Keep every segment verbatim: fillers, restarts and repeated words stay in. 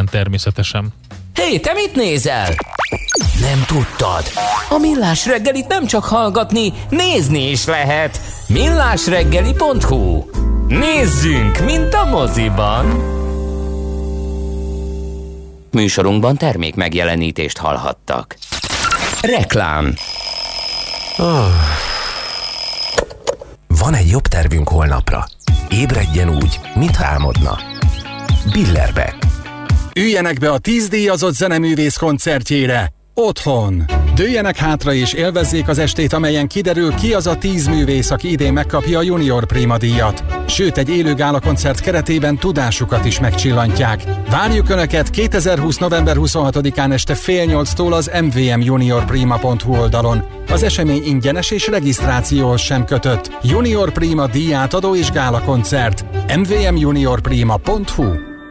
természetesen. Hé, hey, te mit nézel? Nem tudtad? A Millás reggelit nem csak hallgatni, nézni is lehet. millásreggeli pont hu. Nézzünk, mint a moziban! Műsorunkban termék megjelenítést hallhattak. Reklám. Oh. Van egy jobb tervünk holnapra. Ébredjen úgy, mintha álmodna. Billerbeck. Üljenek be a tíz díjazott zeneművész koncertjére. Otthon. Dőljenek hátra és élvezzék az estét, amelyen kiderül, ki az a tíz művész, aki idén megkapja a Junior Prima díjat. Sőt, egy élő gála koncert keretében tudásukat is megcsillantják. Várjuk Önöket kétezer-húsz november huszonhatodikán este fél nyolctól az em vé em junior prima pont hu oldalon. Az esemény ingyenes és regisztrációhoz sem kötött. Junior Prima díjátadó és gála koncert. em vé em junior prima pont hu.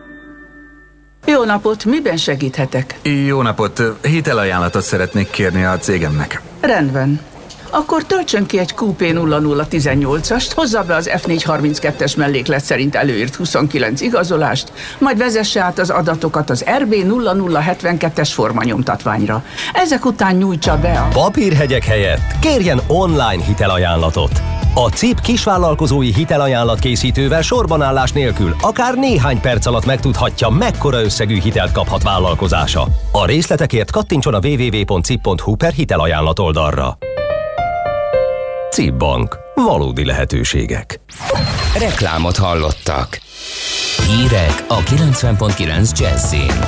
Jó napot, miben segíthetek? Jó napot, hitelajánlatot szeretnék kérni a cégemnek. Rendben. Akkor töltsön ki egy kú pé nulla nulla tizennyolcast, hozza be az ef négyszázharminckettes melléklet szerint előírt huszonkilenc igazolást, majd vezesse át az adatokat az er bé nulla nulla hetvenkettes formanyomtatványra. Ezek után nyújtsa be a... Papírhegyek helyett kérjen online hitelajánlatot. A cé i pé kisvállalkozói hitelajánlat készítővel sorbanállás nélkül akár néhány perc alatt megtudhatja, mekkora összegű hitelt kaphat vállalkozása. A részletekért kattintson a double-u double-u double-u pont cip pont hu per hitelajánlat oldalra. cé i pé Bank. Valódi lehetőségek. Reklámot hallottak. Hírek a kilencven pont kilenc Jazzin.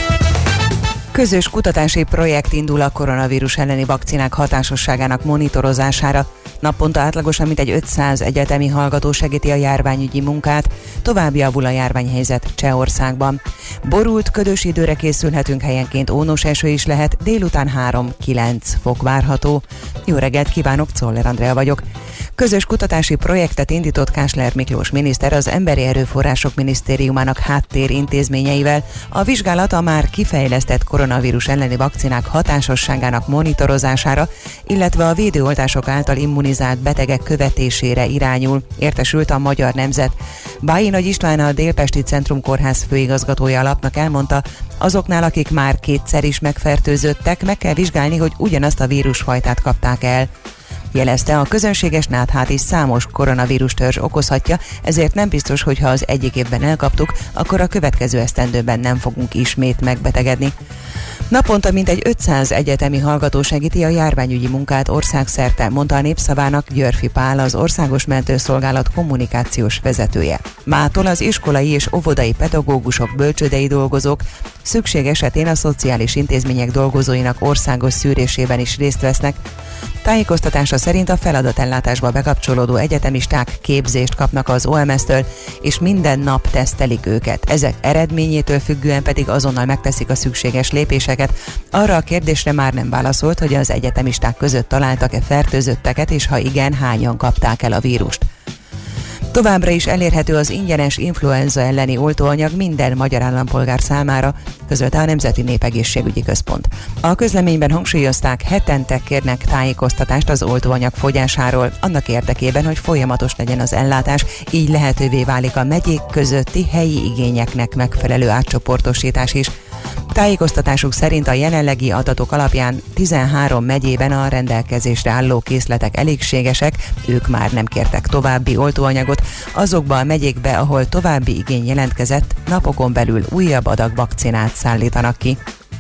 Közös kutatási projekt indul a koronavírus elleni vakcinák hatásosságának monitorozására. Naponta átlagosan mintegy ötszáz egyetemi hallgató segíti a járványügyi munkát, tovább javul a járványhelyzet Csehországban. Borult, ködös időre készülhetünk, helyenként ónos eső is lehet, délután három-kilenc fok várható. Jó reggelt kívánok, Czoller Andrea vagyok. Közös kutatási projektet indított Kásler Miklós miniszter az Emberi Erőforrások Minisztériumának háttérintézményeivel. A vizsgálat a már kifejlesztett koronavírus elleni vakcinák hatásosságának monitorozására, illetve a védőoltások által immunizált betegek követésére irányul, értesült a Magyar Nemzet. Bályi Nagy István, a Délpesti Centrum Kórház főigazgatója a lapnak elmondta, azoknál, akik már kétszer is megfertőzöttek, meg kell vizsgálni, hogy ugyanazt a vírusfajtát kapták el. Jelezte, a közönséges náthát is számos koronavírus törzs okozhatja, ezért nem biztos, hogy ha az egyik évben elkaptuk, akkor a következő esztendőben nem fogunk ismét megbetegedni. Naponta mintegy ötszáz egyetemi hallgató segíti a járványügyi munkát országszerte, mondta a Népszavának Györfi Pál, az Országos Mentőszolgálat kommunikációs vezetője. Mától az iskolai és óvodai pedagógusok, bölcsődei dolgozók szükség esetén a szociális intézmények dolgozóinak országos szűrésében is részt vesznek. Tájékoztatása szerint a feladatellátásba bekapcsolódó egyetemisták képzést kapnak az o em es-től, és minden nap tesztelik őket. Ezek eredményétől függően pedig azonnal megteszik a szükséges lépéseket. Arra a kérdésre már nem válaszolt, hogy az egyetemisták között találtak-e fertőzötteket, és ha igen, hányan kapták el a vírust. Továbbra is elérhető az ingyenes influenza elleni oltóanyag minden magyar állampolgár számára, közölte a Nemzeti Népegészségügyi Központ. A közleményben hangsúlyozták, hetente kérnek tájékoztatást az oltóanyag fogyásáról, annak érdekében, hogy folyamatos legyen az ellátás, így lehetővé válik a megyék közötti helyi igényeknek megfelelő átcsoportosítás is. Tájékoztatásuk szerint a jelenlegi adatok alapján tizenhárom megyében a rendelkezésre álló készletek elégségesek, ők már nem kértek további oltóanyagot, azokba a megyékbe, ahol további igény jelentkezett, napokon belül újabb adag vakcinát szállítanak ki.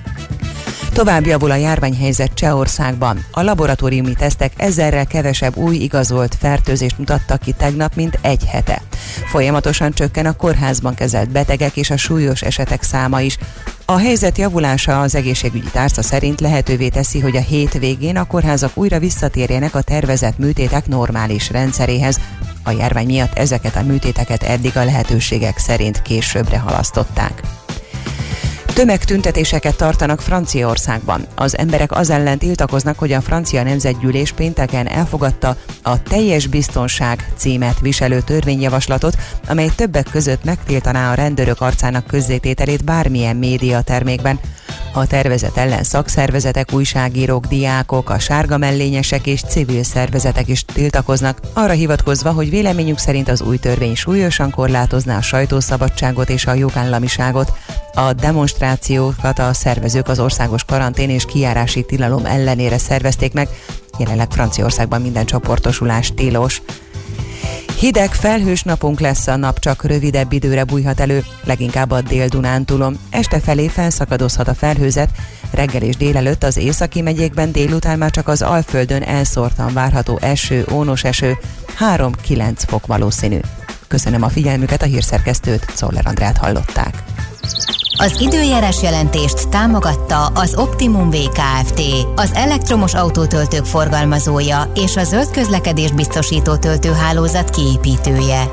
Tovább javul a járványhelyzet Csehországban. A laboratóriumi tesztek ezerrel kevesebb új igazolt fertőzést mutattak ki tegnap, mint egy hete. Folyamatosan csökken a kórházban kezelt betegek és a súlyos esetek száma is. A helyzet javulása az egészségügyi tárca szerint lehetővé teszi, hogy a hétvégén a kórházak újra visszatérjenek a tervezett műtétek normális rendszeréhez. A járvány miatt ezeket a műtéteket eddig a lehetőségek szerint későbbre halasztották. Tömegtüntetéseket tartanak Franciaországban. Az emberek az ellen tiltakoznak, hogy a francia nemzetgyűlés pénteken elfogadta a Teljes biztonság címet viselő törvényjavaslatot, amely többek között megtiltaná a rendőrök arcának közzétételét bármilyen médiatermékben. A tervezet ellen szakszervezetek, újságírók, diákok, a sárga mellényesek és civil szervezetek is tiltakoznak, arra hivatkozva, hogy véleményük szerint az új törvény súlyosan korlátozná a sajtószabadságot és a jogállamiságot. A demonstrációkat a szervezők az országos karantén és kijárási tilalom ellenére szervezték meg, jelenleg Franciaországban minden csoportosulás tilos. Hideg, felhős napunk lesz, a nap csak rövidebb időre bújhat elő, leginkább a Dél-Dunántúlon. Este felé felszakadozhat a felhőzet, reggel és délelőtt az északi megyékben, délután már csak az Alföldön elszórtan várható eső, ónos eső, három-kilenc fok valószínű. Köszönöm a figyelmüket, a hírszerkesztőt, Czoller Andrát hallották. Az időjárás jelentést támogatta az Optimum vé Kft., az elektromos autótöltők forgalmazója és a zöld közlekedés biztosító töltőhálózat kiépítője.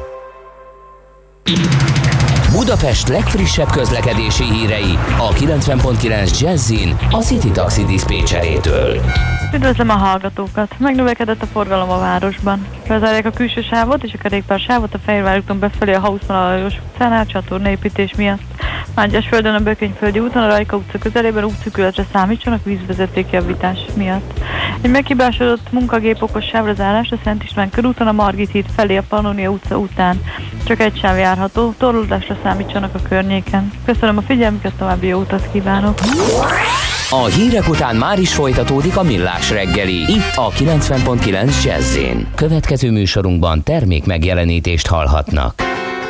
Budapest legfrissebb közlekedési hírei a kilencven pont kilenc Jazzin a City Taxi diszpécserétől. Üdvözlöm a hallgatókat! Megnövekedett a forgalom a városban. Bezárják a külső sávot és a kerékpársávot a Fehérvár úton befelé a Hauszman Lajos utcánál csatornaépítés miatt. Mátyásföldön a Bökényföldi úton a Rajka utca közelében útszűkületre számítsanak vízvezetékjavítás miatt. Egy meghibásodott munkagép okos sávra zárást a Szent István körúton a Margit híd felé a Pannonia utca után. Csak egy sáv járható, torlódásra számítsanak a környéken. Köszönöm a figyelmüket, további jó utat kívánok! A hírek után már is folytatódik a Millás reggeli, itt a kilencven pont kilenc Jazz-én. Következő műsorunkban termék megjelenítést hallhatnak.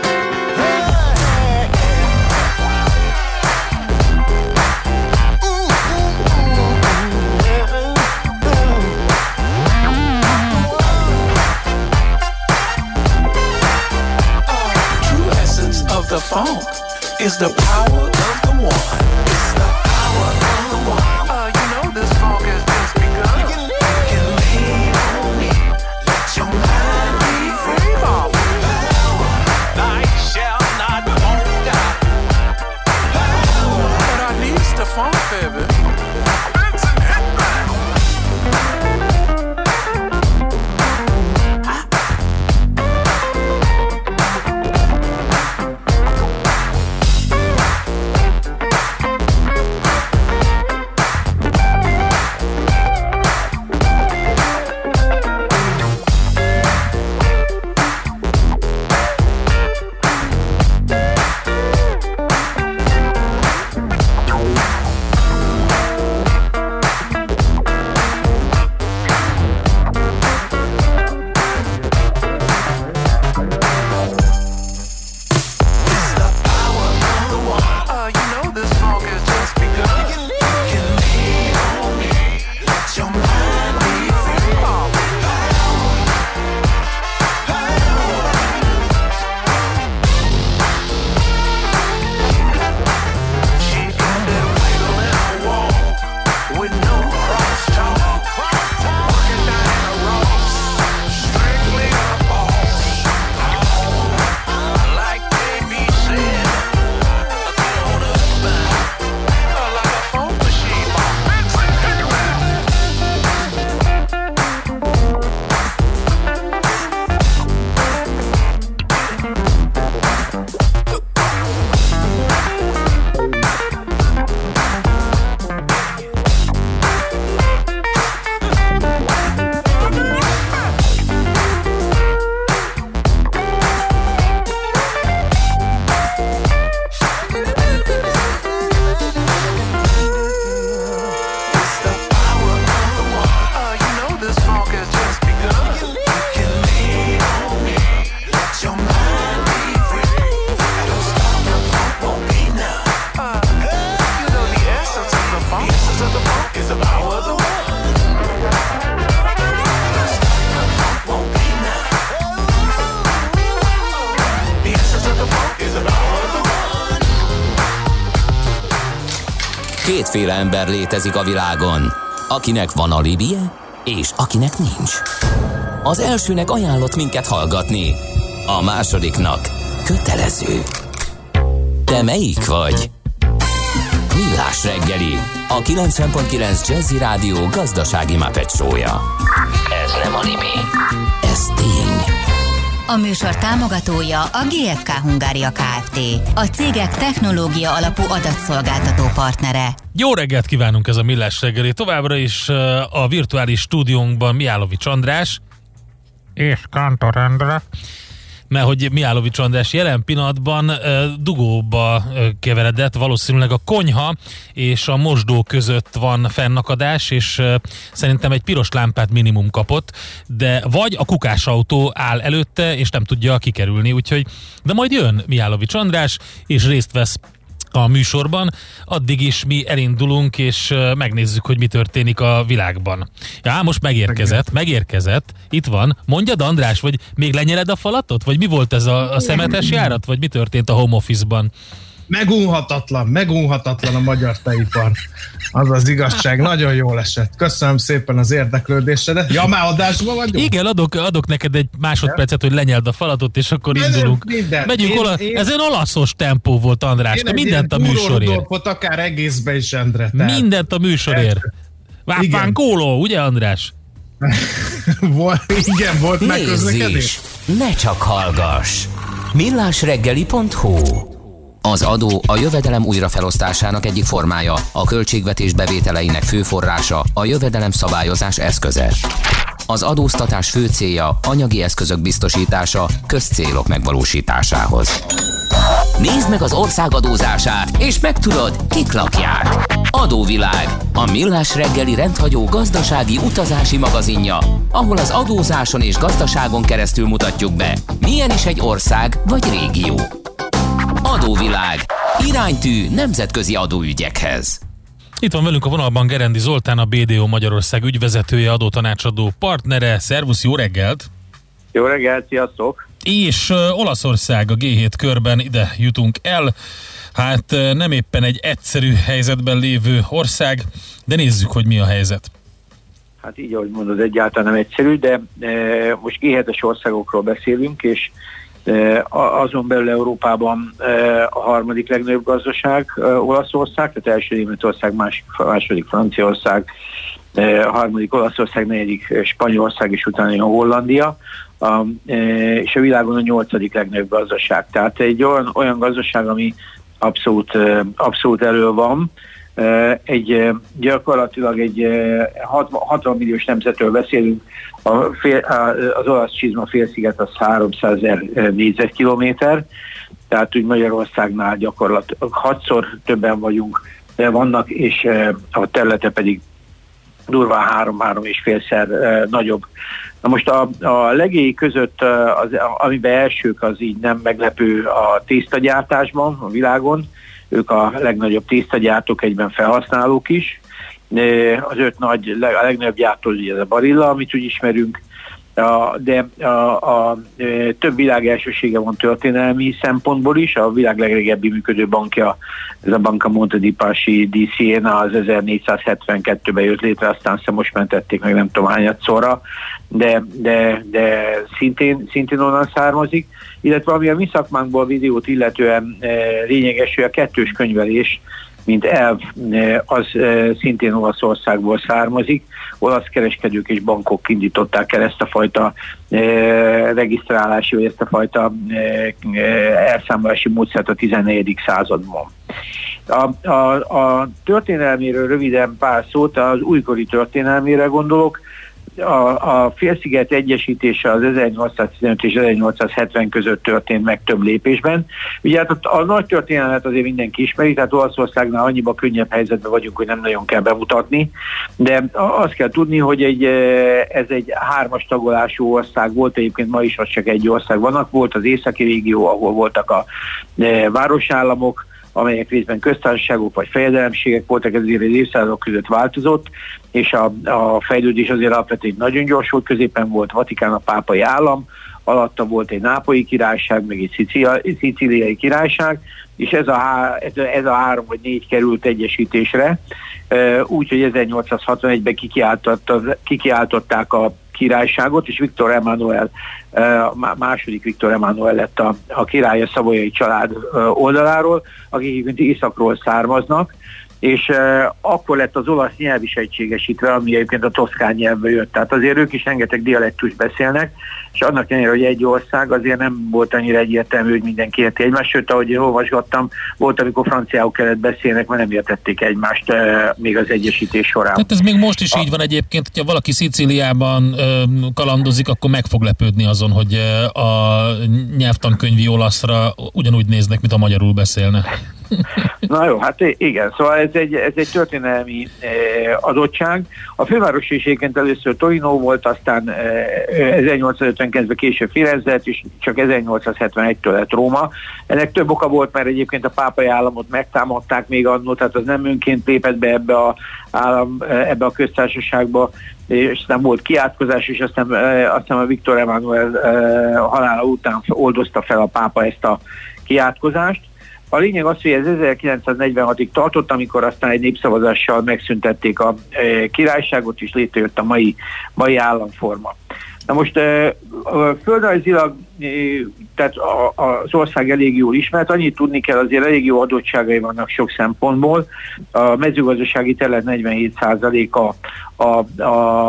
The funk is the power of the one. It's the power of the one. Uh, you know this funk has just begun. You can, you can lean on me. Let your mind be free. Power. Night shall not won't die. Power. But I need the funk, baby. Kétféle ember létezik a világon, akinek van alibije, és akinek nincs. Az elsőnek ajánlott minket hallgatni, a másodiknak kötelező. Te melyik vagy? Millás reggeli, a kilencven pont kilenc Jazzy Rádió gazdasági Muppet show-ja. Ez nem anime, ez tény. A műsor támogatója a gé ef ká Hungária Kft. A cégek technológia alapú adatszolgáltató partnere. Jó reggelt kívánunk, ez a Millás reggeli. Továbbra is a virtuális stúdiónkban Mihálovics András és Kántor Endre, mert hogy Mihálovics András jelen pillanatban uh, dugóba uh, keveredett, valószínűleg a konyha és a mosdó között van fennakadás, és uh, szerintem egy piros lámpát minimum kapott, de vagy a kukásautó áll előtte, és nem tudja kikerülni, úgyhogy, de majd jön Mihálovics András, és részt vesz a műsorban, addig is mi elindulunk, és megnézzük, hogy mi történik a világban. Ja, most megérkezett, megérkezett, itt van. Mondjad, András, vagy még lenyeled a falatot? Vagy mi volt ez a, a szemetes járat? Vagy mi történt a home office-ban? Megunhatatlan, megunhatatlan a magyar tejipar. Az az igazság, nagyon jól esett. Köszönöm szépen az érdeklődésedet. Ja, már adásban vagyunk? Igen, adok, adok neked egy másodpercet, hogy lenyeld a falatot, és akkor minden, indulunk. Minden. Megyünk, én, ola- én, ez egy olaszos tempó volt, András. Te mindent a műsorért. Dolgot, akár egészbe is, Endre. Tehát. Mindent a műsorért. Vápán kóló, ugye, András? Igen, volt megközlekedés. Ne csak hallgass. millásreggeli pont hu. Az adó a jövedelem újrafelosztásának egyik formája, a költségvetés bevételeinek fő forrása, a jövedelem szabályozás eszköze. Az adóztatás fő célja anyagi eszközök biztosítása közcélok megvalósításához. Nézd meg az ország adózását, és megtudod, kik lakják. Adóvilág, a millás reggeli rendhagyó gazdasági utazási magazinja, ahol az adózáson és gazdaságon keresztül mutatjuk be, milyen is egy ország vagy régió. Adóvilág. Iránytű nemzetközi adóügyekhez. Itt van velünk a vonalban Gerendi Zoltán, a bé dé o Magyarország ügyvezetője, adótanácsadó partnere. Szervusz, jó reggelt! Jó reggelt, sziasztok! És uh, Olaszország a gé hét körben, ide jutunk el. Hát uh, nem éppen egy egyszerű helyzetben lévő ország, de nézzük, hogy mi a helyzet. Hát így, ahogy mondod, egyáltalán nem egyszerű, de e, most gé hétes országokról beszélünk, és azon belül Európában a harmadik legnagyobb gazdaság Olaszország, tehát első Németország, másik, második Franciaország, a harmadik Olaszország, negyedik Spanyolország, és utána jön Hollandia, a, és a világon a nyolcadik legnagyobb gazdaság. Tehát egy olyan, olyan gazdaság, ami abszolút, abszolút elő van. Egy gyakorlatilag egy hatvan milliós nemzetről beszélünk, a fél, az olasz csizma félsziget az háromszázezer négyzetkilométer, tehát úgy Magyarországnál gyakorlatilag hatszor többen vagyunk, vannak, és a területe pedig durván három-három és félszer nagyobb. Na most a, a legéi között, az, amiben elsők, az így nem meglepő a tésztagyártásban a világon. Ők a legnagyobb tésztagyártók, egyben felhasználók is. Az öt nagy, a legnagyobb gyártó ugye ez a Barilla, amit úgy ismerünk, de a, a, a több világ elsősége van történelmi szempontból is. A világ legrégebbi működő bankja, ez a Banca Monte dei Paschi di Siena, az ezernégyszázhetvenkettőben jött létre, aztán most mentették meg nem tudom hányadszorra, de, de, de szintén, szintén onnan származik. Illetve ami a mi szakmánkból a videót illetően e, lényeges, hogy a kettős könyvelés, mint elv, az szintén Olaszországból származik. Olasz kereskedők és bankok indították el ezt a fajta regisztrálási, vagy ezt a fajta elszámolási módszert a tizennegyedik században. A, a, a történelméről röviden pár szót, az újkori történelmére gondolok. A, a félsziget egyesítése az ezernyolcszáztizenöt és ezernyolcszázhetven között történt meg több lépésben. Ugye hát a, a nagy történelmet azért mindenki ismeri, tehát Olaszországnál annyiba könnyebb helyzetben vagyunk, hogy nem nagyon kell bemutatni, de azt kell tudni, hogy egy, ez egy hármas tagolású ország volt, egyébként ma is az csak egy ország vannak, volt az északi régió, ahol voltak a városállamok, amelyek részben köztársaságok vagy fejedelemségek voltak, ez azért az évszázadok között változott, és a, a fejlődés azért alapvetően nagyon gyors volt, középen volt Vatikán, a pápai állam, alatta volt egy nápolyi királyság, meg egy szicíliai királyság, és ez a, ez, a, ez a három vagy négy került egyesítésre, úgyhogy ezernyolcszázhatvanegyben kikiáltották a királyságot, és Viktor Emmanuel, a második Viktor Emmanuel lett a, a király a szavoyai család oldaláról, akik északról származnak, és uh, akkor lett az olasz nyelv is egységesítve, ami egyébként a toszkán nyelvből jött. Tehát azért ők is rengeteg dialektus beszélnek, és annak ellenére, hogy egy ország, azért nem volt annyira egyértelmű, hogy mindenki érti egymást, sőt, ahogy én olvasgattam, volt, amikor franciául kellett beszélnek, mert nem értették egymást uh, még az egyesítés során. Tehát ez még most is a... így van egyébként, hogyha valaki Szicíliában uh, kalandozik, akkor meg fog lepődni azon, hogy uh, a nyelvtankönyvi olaszra ugyanúgy néznek, mint a magyarul beszélne. Na jó, hát igen, szóval ez egy, ez egy történelmi eh, adottság. A főváros is egyébként először Torino volt, aztán eh, ezernyolcszázötvenkilencben később Firenze, és csak ezernyolcszázhetvenegytől lett Róma. Ennek több oka volt, mert egyébként a pápai államot megtámadták még annól, tehát az nem önként lépett be ebbe a, állam, ebbe a köztársaságba, és aztán volt kiátkozás, és aztán, aztán a Viktor Emmanuel halála után oldozta fel a pápa ezt a kiátkozást. A lényeg az, hogy ez ezerkilencszáznegyvenhatig tartott, amikor aztán egy népszavazással megszüntették a királyságot, és létrejött a mai, mai államforma. Na most földrajzilag, tehát az ország elég jól ismert, annyit tudni kell, azért elég jó adottságai vannak sok szempontból. A mezőgazdasági terület negyvenhét százaléka a,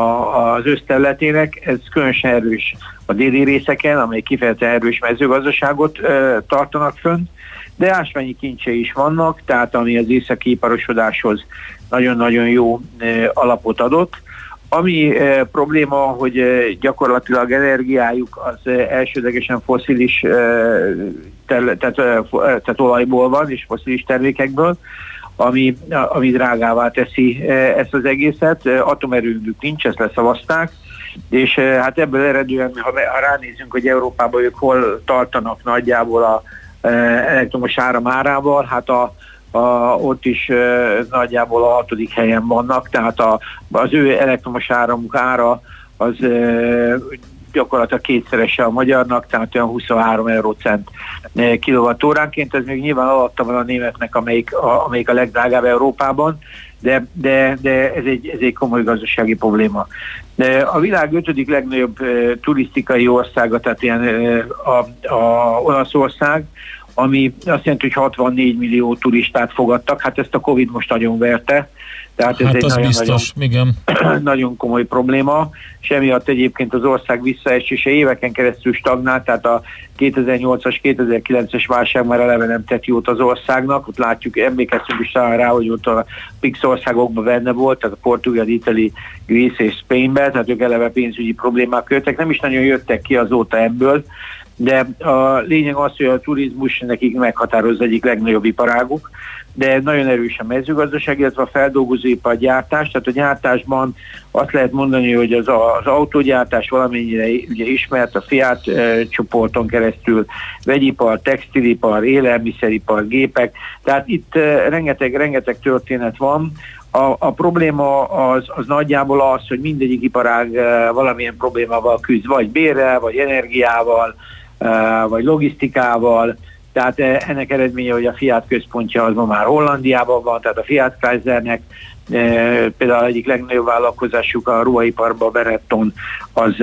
a, az összterületének, ez különösen erős a déli részeken, amely kifejezetten erős mezőgazdaságot e, tartanak fönn, de ásványi kincsei is vannak, tehát ami az északi iparosodáshoz nagyon-nagyon jó e, alapot adott. Ami e, probléma, hogy e, gyakorlatilag energiájuk az e, elsődlegesen fosszilis, e, terle, tehát, e, tehát olajból van, és fosszilis termékekből, ami, ami drágává teszi e, ezt az egészet. E, atomerőmük nincs, ezt leszavazták, és e, hát ebből eredően, ha, ha ránézünk, hogy Európában ők hol tartanak nagyjából a e, elektromos áram árával, hát a A, ott is e, nagyjából a hatodik helyen vannak, tehát a, az ő elektromos áramuk ára az e, gyakorlatilag kétszerese a magyarnak, tehát olyan huszonhárom eurócent e, kilovattóránként, ez még nyilván alatta van a németnek, amelyik a, amelyik a legdrágább Európában, de, de, de ez, egy, ez egy komoly gazdasági probléma. De a világ ötödik legnagyobb e, turisztikai országa, tehát ilyen e, a, a Olaszország, ami azt jelenti, hogy hatvannégy millió turistát fogadtak, hát ezt a Covid most nagyon verte, tehát ez hát egy nagyon, biztos, nagyon, nagyon komoly probléma, és emiatt egyébként az ország visszaesése éveken keresztül stagnált, tehát a kétezer-nyolcas, kétezer-kilences válság már eleve nem tett jót az országnak, ott látjuk, emlékeztünk is talán rá, hogy ott a PIX országokban benne volt, tehát a Portugal, Italy, Greece és Spainbe, tehát ők eleve pénzügyi problémák jöttek, nem is nagyon jöttek ki azóta ebből, de a lényeg az, hogy a turizmus nekik meghatározza egyik legnagyobb iparáguk, de nagyon erős a mezőgazdaság, illetve a feldolgozóipar gyártás, tehát a gyártásban azt lehet mondani, hogy az, a, az autógyártás valamennyire ugye ismert, a Fiat e, csoporton keresztül, vegyipar, textilipar, élelmiszeripar, gépek, tehát itt e, rengeteg, rengeteg történet van. A, a probléma az, az nagyjából az, hogy mindegyik iparág e, valamilyen problémával küzd, vagy bérrel, vagy energiával, vagy logisztikával, tehát ennek eredménye, hogy a Fiat központja az ma már Hollandiában van, tehát a Fiat Chryslernek például egyik legnagyobb vállalkozásuk a ruhaiparban, a Benetton, az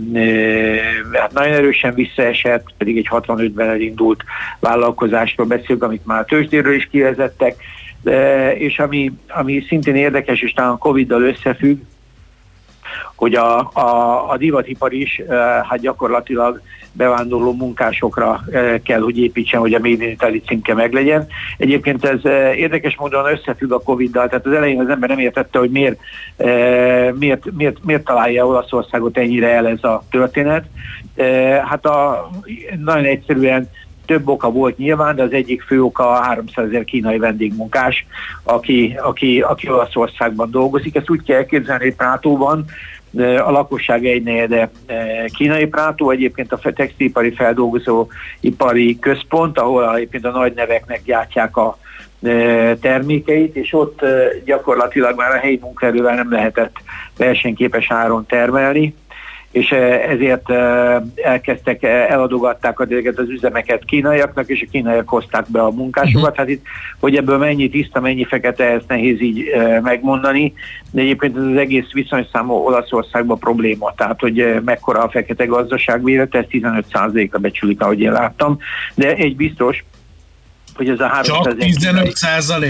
hát nagyon erősen visszaesett, pedig egy hatvanötben elindult vállalkozásról beszélünk, amit már a tőzsdéről is kivezettek, és ami, ami szintén érdekes, és talán Coviddal összefügg, hogy a, a, a divatipar is hát gyakorlatilag bevándorló munkásokra kell, hogy építsen, hogy a Made in Italy címke meglegyen. Egyébként ez érdekes módon összefügg a Coviddal, tehát az elején az ember nem értette, hogy miért, miért, miért, miért találja Olaszországot ennyire el ez a történet. Hát a, nagyon egyszerűen több oka volt nyilván, de az egyik fő oka a háromszázezer kínai vendégmunkás, aki, aki, aki Olaszországban dolgozik. Ezt úgy kell elképzelni, hogy Prátóban a lakosság egynegyede kínai. Prátó egyébként a textilipari feldolgozóipari központ, ahol egyébként a nagy neveknek gyártják a termékeit, és ott gyakorlatilag már a helyi munkaerővel nem lehetett versenyképes áron termelni, és ezért elkezdtek, eladogatták ezeket az üzemeket kínaiaknak, és a kínaiak hozták be a munkásokat. Uh-huh. Hát itt, hogy ebből mennyi tiszta, mennyi fekete, ezt nehéz így megmondani, de egyébként ez az egész viszonyszámú Olaszországban probléma, tehát hogy mekkora a fekete gazdaság mérete, ez tizenöt százalékra becsülik, ahogy én láttam, de egy biztos, hogy ez a háromszázezer... Csak tizenöt százalék?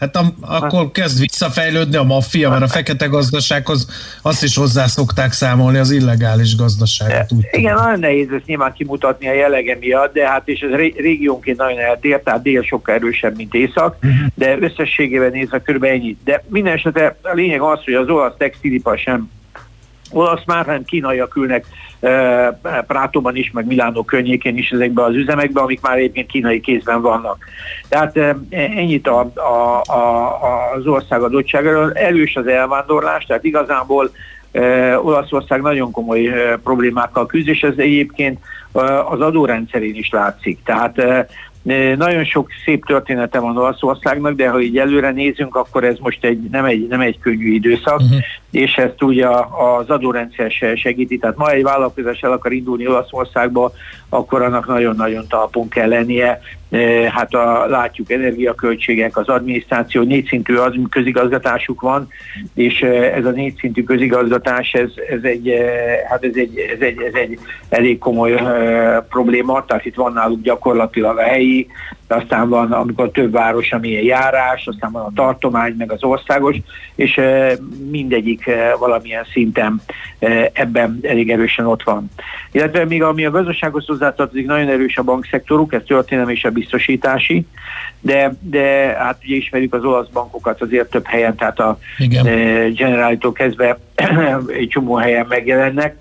Hát a, akkor kezd visszafejlődni a maffia, mert a fekete gazdasághoz azt is hozzá szokták számolni, az illegális gazdaságot. Úgy Igen, nagyon nehéz ezt nyilván kimutatni a jellege miatt, de hát és ez régiónként nagyon eltér, tehát dél sokkal erősebb, mint észak, uh-huh. de összességében nézve körülbelül ennyit. De minden esetre a lényeg az, hogy az olasz textilipar sem olasz már, hanem kínaiak ülnek e, Prátóban is, meg Milánó környékén is ezekben az üzemekben, amik már egyébként kínai kézben vannak. Tehát e, ennyit a, a, a, az ország adottságáról. Erős az elvándorlás, tehát igazából e, Olaszország nagyon komoly e, problémákkal küzd, és ez egyébként e, az adórendszerén is látszik. Tehát e, nagyon sok szép története van Olaszországnak, de ha így előre nézünk, akkor ez most egy, nem, egy, nem egy könnyű időszak, uh-huh. és ezt ugye az adórendszer se segíti. Tehát ma egy vállalkozás el akar indulni Olaszországba, akkor annak nagyon-nagyon talpon kell lennie. Hát a, látjuk, energiaköltségek, az adminisztráció, négyszintű közigazgatásuk van, és ez a négyszintű közigazgatás, ez, ez, egy, hát ez, egy, ez, egy, ez egy elég komoly uh, probléma, tehát itt van náluk gyakorlatilag a helyi, aztán van, amikor több város, amilyen járás, aztán van a tartomány, meg az országos, és uh, mindegyik uh, valamilyen szinten uh, ebben elég erősen ott van. Illetve még ami a gazdasághoz hozzátartozik, nagyon erős a bankszektoruk, ez történelmi és a biztosítási, de, de hát ugye ismerjük az olasz bankokat azért több helyen, tehát a Igen. Generálitól kezdve egy csomó helyen megjelennek,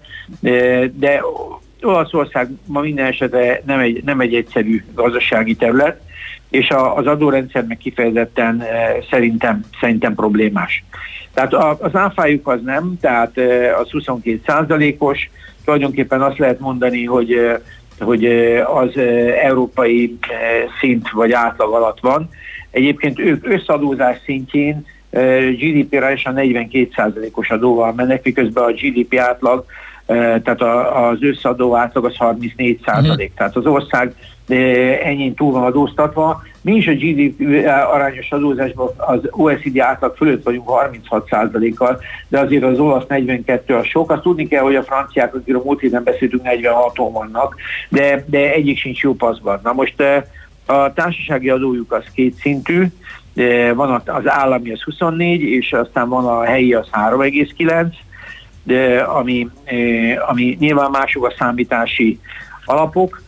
de Olaszország ma minden esetre nem egy, nem egy egyszerű gazdasági terület, és a, az adórendszer meg kifejezetten szerintem, szerintem problémás. Tehát az áfájuk az nem, tehát az huszonkét százalékos, tulajdonképpen azt lehet mondani, hogy hogy az európai szint vagy átlag alatt van. Egyébként ők összadózás szintjén gé dé pé-re is a negyvenkét százalékos adóval mennek, miközben a gé dé pé átlag, tehát az összadó átlag az harmincnégy százalék. Mm. Tehát az ország ennyin túl van adóztatva. Mi is a gé dé pé arányos adózásban az o e cé dé átlag fölött vagyunk harminchat százalékkal, de azért az olasz negyvenkettő az sok. Azt tudni kell, hogy a franciák, akikről múlt héten beszéltünk, negyvenhaton vannak, de, de egyik sincs jó paszban. Na most a társasági adójuk az kétszintű, van az állami az huszonnégy, és aztán van a helyi az három egész kilenc, de ami, ami nyilván mások a számítási alapok.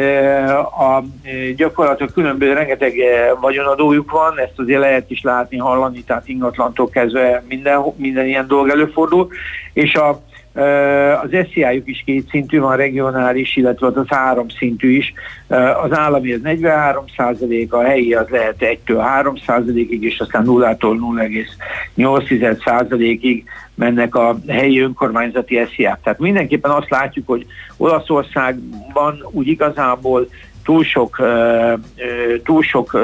A, gyakorlatilag különböző rengeteg vagyonadójuk van, ezt azért lehet is látni, hallani, tehát ingatlantól kezdve minden, minden ilyen dolog előfordul, és a, az es zé á-juk is két szintű van, regionális, illetve az három szintű is. Az állami az negyvenhárom százalék, a helyi az lehet egytől három százalékig, és aztán nullától nulla egész nyolc százalékig mennek a helyi önkormányzati es zé á-k. Tehát mindenképpen azt látjuk, hogy Olaszországban úgy igazából túl sok, uh, túl uh,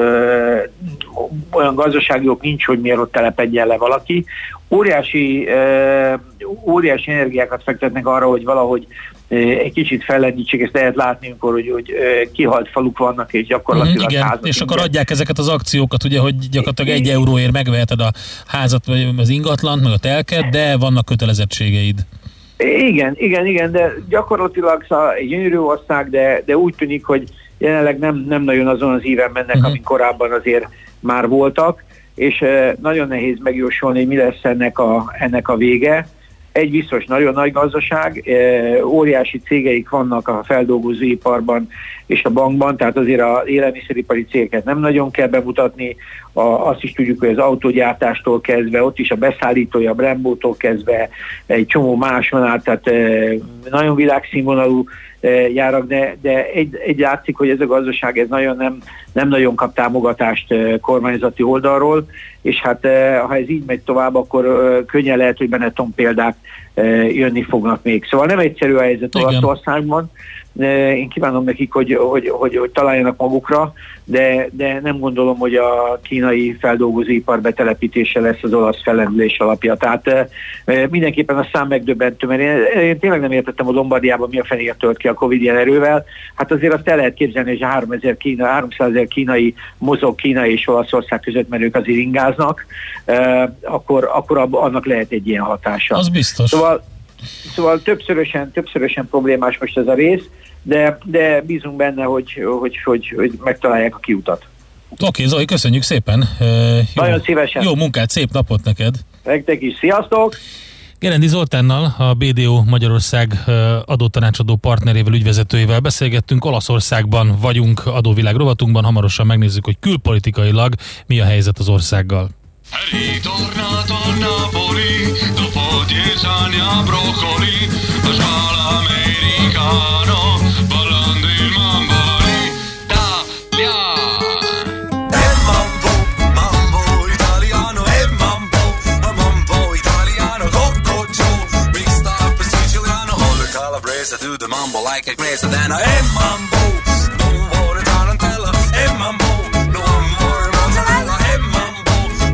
olyan gazdasági ok nincs, hogy miért ott telepedjen le valaki. Óriási, uh, óriási energiákat fektetnek arra, hogy valahogy uh, egy kicsit fellendítsék, ezt lehet látni, amikor, hogy, hogy uh, kihalt faluk vannak, és gyakorlatilag mm, igen, házat. És akkor adják ezeket az akciókat, ugye, hogy gyakorlatilag egy euróért megveheted a házat, vagy az ingatlant, meg a telket, de vannak kötelezettségeid. Igen, igen, igen, de gyakorlatilag szóval egy gyönyörű ország, de, de úgy tűnik, hogy jelenleg nem, nem nagyon azon az íven mennek, uh-huh. amik korábban azért már voltak, és eh, nagyon nehéz megjósolni, mi lesz ennek a, ennek a vége. Egy biztos nagyon nagy gazdaság, eh, óriási cégeik vannak a feldolgozóiparban és a bankban, tehát azért az élelmiszeripari cégeket nem nagyon kell bemutatni, a, azt is tudjuk, hogy az autógyártástól kezdve, ott is a beszállítója, a Brembótól kezdve egy csomó más van át, tehát eh, nagyon világszínvonalú járak, de, de egy, egy látszik, hogy ez a gazdaság ez nagyon nem, nem nagyon kap támogatást kormányzati oldalról, és hát ha ez így megy tovább, akkor könnyen lehet, hogy Benetton példák jönni fognak még. Szóval nem egyszerű a helyzet Olaszországban. Én kívánom nekik, hogy, hogy, hogy, hogy találjanak magukra, de, de nem gondolom, hogy a kínai feldolgozóipar betelepítése lesz az olasz fellendülés alapja. Tehát mindenképpen a szám megdöbbentő, mert én, én tényleg nem értettem, a Lombardiában mi a fenéért tört ki a Covid ilyen erővel. Hát azért azt el lehet képzelni, hogy háromezer kína, háromszázezer kínai mozog Kína és Olaszország között, mert ők azért ingáznak, akkor, akkor annak lehet egy ilyen hatása. Az biztos. Szóval, Szóval többszörösen, többszörösen problémás most ez a rész, de, de bízunk benne, hogy, hogy, hogy, hogy megtalálják a kiutat. Oké, okay, Zoli, köszönjük szépen. Uh, jó, Nagyon szívesen. Jó munkát, szép napot neked. Nektek is, sziasztok! Gerendi Zoltánnal, a bé dé o Magyarország adótanácsadó partnerével, ügyvezetőjével beszélgettünk. Olaszországban vagyunk, adóvilág rovatunkban. Hamarosan megnézzük, hogy külpolitikailag mi a helyzet az országgal. Ritornato a Napoli, dopo dieci anni a broccoli, a scala americano, ballando il mambo l'Italia. E mambo, mambo italiano, e mambo, a mambo italiano, Coco Joe, mixed up a Siciliano, all the Calabrese do the mambo like a grace, and then e mambo, don't worry tarantella, e mambo, no more mozzarella, e mambo,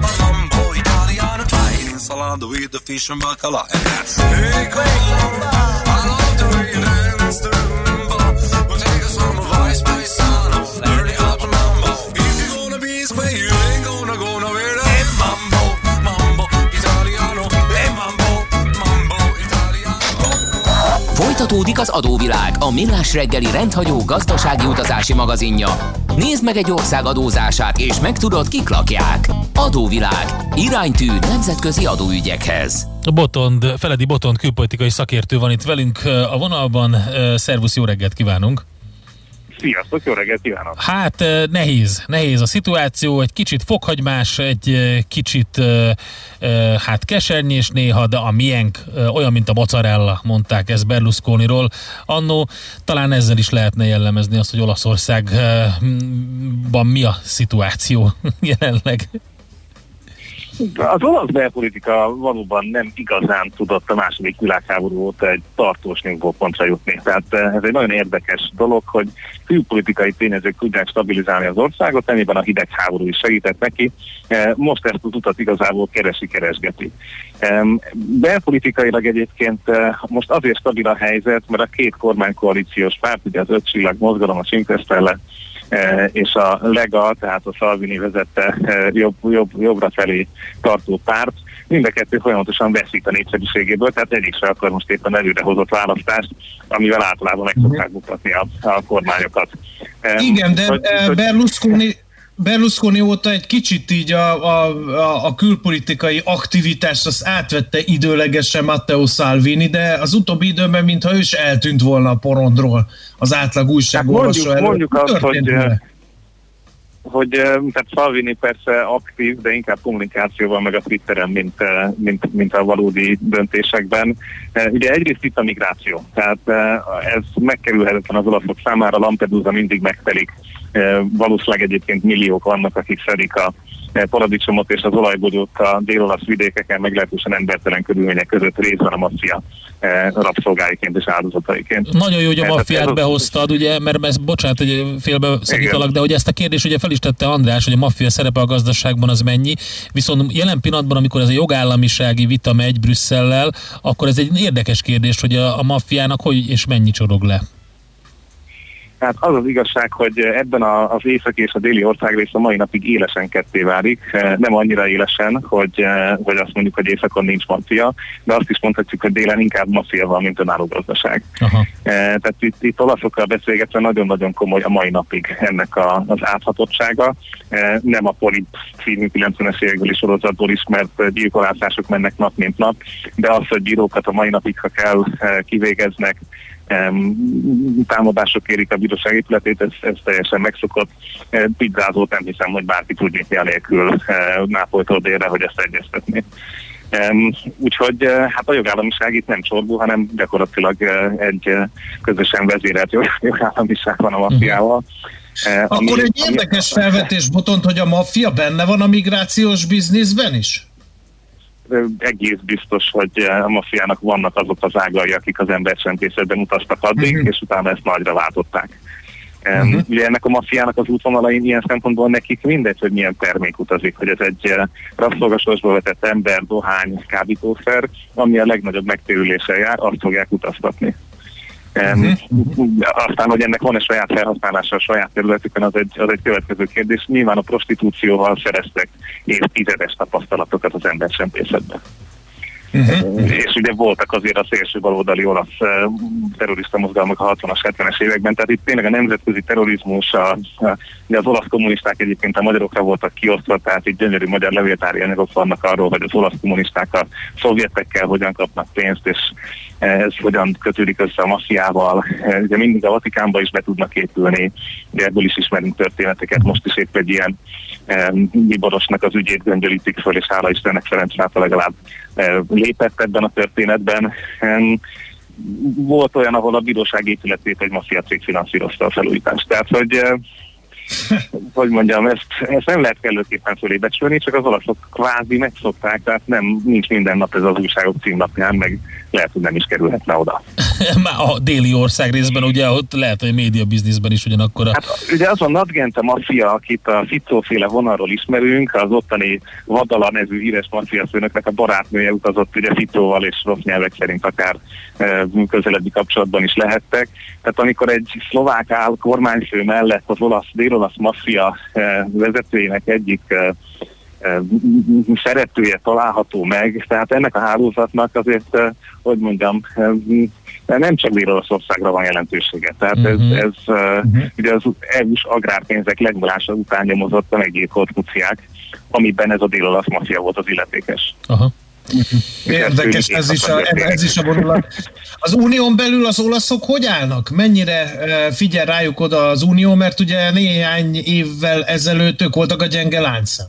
salado with the fish and bacala, and that's hey, Colomba. I love the way you dance the rumba. We'll take us from a vice paisano, early out to mambo. If you're gonna be square, you ain't gonna go nowhere. Hey, mambo, mambo, italiano. Hey, mambo, mambo, italiano. Folytatódik az adóvilág, a millás reggeli rendhagyó gazdasági utazási magazinja. Nézd meg egy ország adózását, és megtudod, kik lakják. Adóvilág. Iránytű nemzetközi adóügyekhez. Botond, Feledi Botond külpolitikai szakértő van itt velünk a vonalban. Szervusz, jó reggelt kívánunk! Sziasztok, jó reggelt kívánok! Hát nehéz, nehéz a szituáció, egy kicsit fokhagymás, egy kicsit hát kesernyés néha, de a miénk olyan, mint a mozzarella, mondták ezt Berlusconiról. Annó talán ezzel is lehetne jellemezni azt, hogy Olaszországban mi a szituáció jelenleg. Az olasz belpolitika valóban nem igazán tudott a második világháború óta egy tartós nyugvópontra jutni. Tehát ez egy nagyon érdekes dolog, hogy külpolitikai tényezők tudják stabilizálni az országot, amiben a hidegháború is segített neki. Most ezt az utat igazából keresi, keresgeti. Belpolitikailag egyébként most azért stabil a helyzet, mert a két kormánykoalíciós párt, ugye az öt csillag mozgalom, a Cinque Stelle és a Lega, tehát a Salvini vezette jobb, jobb, jobbra felé tartó párt, mind a kettő folyamatosan veszít a népszerűségéből, tehát egyik se akar most éppen előre hozott választást, amivel általában meg szokták mutatni a, a kormányokat. Igen, de hogy, Berlusconi, Berlusconi óta egy kicsit így a, a, a, a külpolitikai aktivitást azt átvette időlegesen Matteo Salvini, de az utóbbi időben mintha ő is eltűnt volna a porondról az átlag újságolvasó hát előtt. Mondjuk azt, hogy, hogy tehát Salvini persze aktív, de inkább kommunikációval meg a Twitteren, mint, mint, mint a valódi döntésekben. Ugye egyrészt itt a migráció, tehát ez megkerülhetetlen az olaszok számára, Lampedusa mindig megtelik. Valószínűleg egyébként milliók vannak, akik szedik a paradicsomot és az olajbogyót a dél-olasz vidékeken meglehetősen embertelen körülmények között részben a maffia rabszolgáiként és áldozataiként. Nagyon jó, hogy a maffiát behoztad, ugye, mert ez, bocsánat, hogy félbe szakítalak, de hogy ezt a kérdést ugye fel is tette András, hogy a maffia szerepe a gazdaságban az mennyi, viszont jelen pillanatban, amikor ez a jogállamisági vita megy Brüsszellel, akkor ez egy érdekes kérdés, hogy a, a maffiának hogy és mennyi csorog le. Hát az az igazság, hogy ebben a, az északi és a déli országrész a mai napig élesen ketté válik. Nem annyira élesen, hogy, hogy azt mondjuk, hogy északon nincs maffia, de azt is mondhatjuk, hogy délen inkább maffia van, mint önálló gazdaság. Aha. Tehát itt, itt olaszokkal beszélgetve nagyon-nagyon komoly a mai napig ennek a, az áthatottsága. Nem a Polip című kilencvenes évekbeli sorozatból ismert gyilkolászások mennek nap mint nap, de az, hogy bírókat a mai napig, ha kell, kivégeznek, támadások érik a bíróság épületét, ez, ez teljesen megszokott. Pizzázót nem hiszem, hogy bárki tud nyitni anélkül Nápolytól délre, hogy ezt egyeztetni. Úgyhogy hát a jogállamiság itt nem csorbul, hanem gyakorlatilag egy közösen vezérelt jogállamiság van a maffiával. Akkor ami, egy érdekes ami... felvetés, Botond, hogy a maffia benne van a migrációs bizniszben is? Egész biztos, hogy a maffiának vannak azok az ágai, akik az embercsempészetben utaztak addig, uh-huh. és utána ezt nagyra váltották. Uh-huh. Ugye ennek a maffiának az útvonalain ilyen szempontból nekik mindegy, hogy milyen termék utazik, hogy ez egy rabszolgasorsba vetett ember, dohány, kábítószer, ami a legnagyobb megtérüléssel jár, azt fogják utaztatni. Uh-huh. Aztán, hogy ennek van-e saját felhasználása a saját területükön, az egy, az egy következő kérdés. Nyilván a prostitúcióval szereztek évtizedes tapasztalatokat az embercsempészetben. Uh-huh. És ugye voltak azért a szélső baloldali olasz terrorista mozgalmak a hatvanas, hetvenes években, tehát itt tényleg a nemzetközi terrorizmus, a, a, az olasz kommunisták egyébként a magyarokra voltak kiosztva, tehát itt gyönyörű magyar levéltári anyagok vannak arról, hogy az olasz kommunisták a szovjetekkel hogyan kapnak pénzt, és ez hogyan kötődik össze a maffiával. Ugye mindig a Vatikánba is be tudnak épülni, de ebből is ismerünk történeteket. Most is épp egy ilyen Biborosnak az ügyét göngyölítik föl, és hála Istennek Ferenc Ráta legalább lépett ebben a történetben. Volt olyan, ahol a bíróság épületét egy maffia cég finanszírozta a felújítást. Tehát, hogy hogy mondjam, ezt, ezt nem lehet kellőképpen fölé becsülni, csak az olaszok kvázi megszokták, tehát nem, nincs minden nap ez az újságok címlapján, meg lehet, hogy nem is kerülhetne oda. Már a déli ország részben, ugye, ott lehet, hogy a média bizniszben is ugyanakkor a... Hát ugye az a Nadgente maffia, akit a Fico-féle vonalról ismerünk, az ottani Vadala nevű híres maffiafőnöknek a barátnője utazott ugye Ficóval, és rossz nyelvek szerint akár e, közelebbi kapcsolatban is lehettek. Tehát amikor egy szlovák áll kormányfő mellett az olasz, dél-olasz maffia e, vezetőjének egyik e, szeretője található meg, tehát ennek a hálózatnak azért, hogy mondjam, nem csak Dél-Olaszországra van jelentősége. Tehát uh-huh. ez, ez uh-huh. ugye az é u-s agrárpénzek legvolása után nyomozott a meggyilkolt kuciák, amiben ez a dél-olasz maffia volt az illetékes. Aha. Érdekes, ez is, a, ez is a vonulat. Az unión belül az olaszok hogy állnak? Mennyire figyel rájuk oda az unió, mert ugye néhány évvel ezelőtt ők voltak a gyenge láncszem.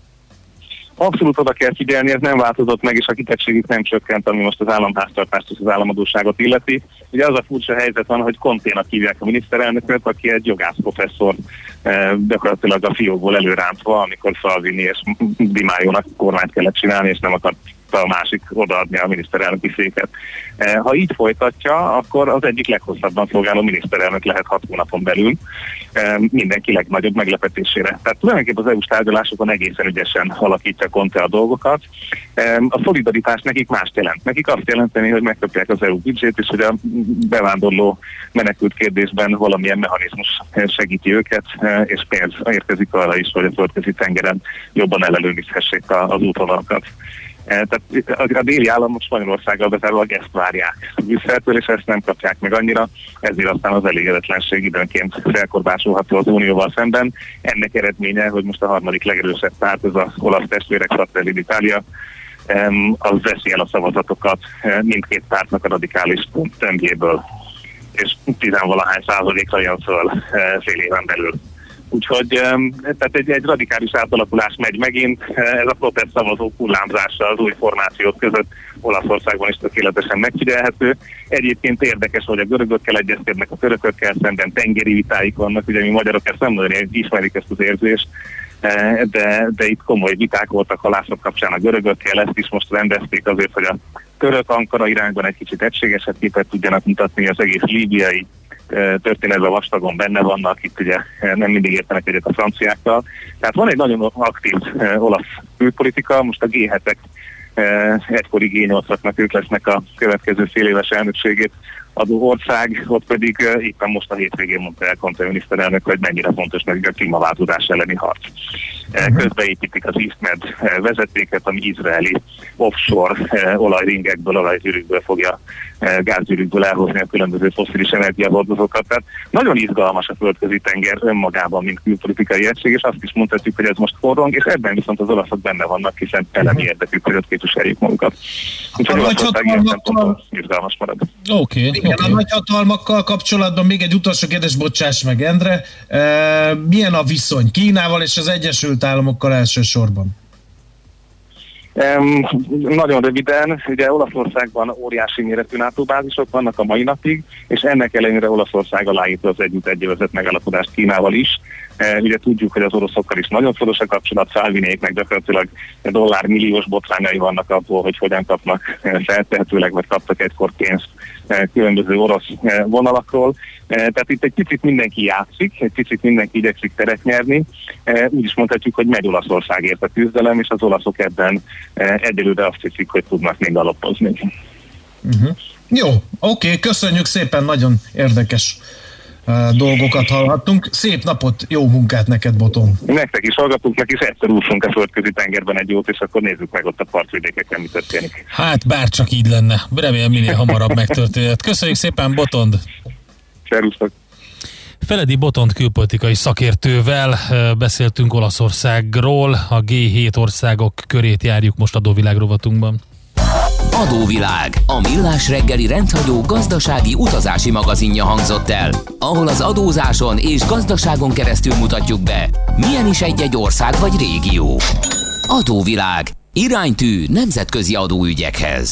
Abszolút oda kell figyelni, ez nem változott meg, és a kitettségük nem csökkent, ami most az államháztartást és az államadósságot illeti. Ugye az a furcsa helyzet van, hogy Conténak hívják a miniszterelnököt, aki egy jogász professzor, eh, gyakorlatilag a fiókból előrántva, amikor Salvini és Di Maio-nak kormányt kellett csinálni, és nem akart a másik odaadni a miniszterelnöki széket. Ha így folytatja, akkor az egyik leghosszabban szolgáló miniszterelnök lehet hat hónapon belül, mindenki legnagyobb meglepetésére. Tehát tulajdonképpen az é u-s tárgyalásokon egészen ügyesen alakítja Conte a dolgokat. A szolidaritás nekik mást jelent. Nekik azt jelenteni, hogy megkapják az é u büdzsét, és hogy a bevándorló menekült kérdésben valamilyen mechanizmus segíti őket, és pénz érkezik arra is, hogy a földközi tengeren jobban ellenőrizhessék az útvonalakat. Tehát a déli államok Spanyolországgal bezárólag ezt várják Brüsszeltől, és ezt nem kapják meg annyira, ezért aztán az elégedetlenség időnként felkorbásolható az unióval szemben. Ennek eredménye, hogy most a harmadik legerősebb párt, ez az olasz testvérek, Fratelli d'Italia, az veszi el a szavazatokat mindkét pártnak a radikális tömbjéből, és tizenvalahány százalékra jön föl fél éven belül. Úgyhogy tehát egy, egy radikális átalakulás megy megint, ez a protest szavazók hullámzása az új formációk között Olaszországban is tökéletesen megfigyelhető. Egyébként érdekes, hogy a görögökkel egyezkednek, a törökökkel szemben tengeri vitáik vannak, ugye mi magyarok ezt nem nagyon ismerik ezt az érzést, de, de itt komoly viták voltak halászok kapcsán a görögökkel, ezt is most rendezték azért, hogy a török-Ankara irányban egy kicsit egységesebb képet tudjanak mutatni, az egész líbiai történetben vastagon benne vannak, itt ugye nem mindig értenek egyet a franciákkal. Tehát van egy nagyon aktív uh, olasz külpolitika, most a gé hetek uh, egykori gé nyolcaknak ők lesznek a következő fél éves elnökségét adó ország, ott pedig uh, éppen most a hétvégén mondta el Conte miniszterelnök, hogy mennyire fontos nekik a klímaváltozás elleni harc. Uh, közbeépítik az ISMED uh, vezetéket, ami izraeli offshore uh, olajringekből, olajgyűrűkből fogja gázgyűrűkből elhozni a különböző fosszilis energiahordozókat. Tehát nagyon izgalmas a földközi tenger önmagában, mint külpolitikai egység, és azt is mondhatjuk, hogy ez most forrong, és ebben viszont az olaszok benne vannak, hiszen elemi érdekük, hogy ott képviseljük magukat. Úgyhogy Olaszország ilyen szempontból izgalmas marad. Oké. Okay, Igen, okay. A nagyhatalmakkal kapcsolatban még egy utolsó kérdés, bocsáss meg, Endre. E, milyen a viszony Kínával és az Egyesült Államokkal elsősorban? Um, nagyon röviden, ugye Olaszországban óriási méretű NATO bázisok vannak a mai napig, és ennek ellenére Olaszország aláírta az együtt egyövezet megállapodást Kínával is. Uh, ugye tudjuk, hogy az oroszokkal is nagyon szoros a kapcsolat, Salvinéknek gyakorlatilag dollármilliós botrányai vannak abból, hogy hogyan kapnak uh, feltehetőleg, vagy kaptak egykor pénzt uh, különböző orosz uh, vonalakról. Uh, tehát itt egy picit mindenki játszik, egy picit mindenki igyekszik teret nyerni. Uh, úgy is mondhatjuk, hogy megy Olaszországért a küzdelem, és az olaszok ebben egyelőre azt hiszik, hogy tudnak még galopozni. Uh-huh. Jó, oké, okay, köszönjük szépen, nagyon érdekes dolgokat hallhattunk. Szép napot, jó munkát neked, Botond! Nektek is, hallgatóknak is, egyszer úszunk a földközi tengerben egy jót, és akkor nézzük meg ott a partvidékeken, mi történik. Hát bárcsak így lenne. Remélem minél hamarabb megtörténhet. Köszönjük szépen, Botond! Szerusztok! Feledi Botond külpolitikai szakértővel beszéltünk Olaszországról, a gé hét országok körét járjuk most adóvilág rovatunkban. Adóvilág, a millás reggeli rendhagyó gazdasági utazási magazinja hangzott el, ahol az adózáson és gazdaságon keresztül mutatjuk be, milyen is egy-egy ország vagy régió. Adóvilág, iránytű nemzetközi adóügyekhez.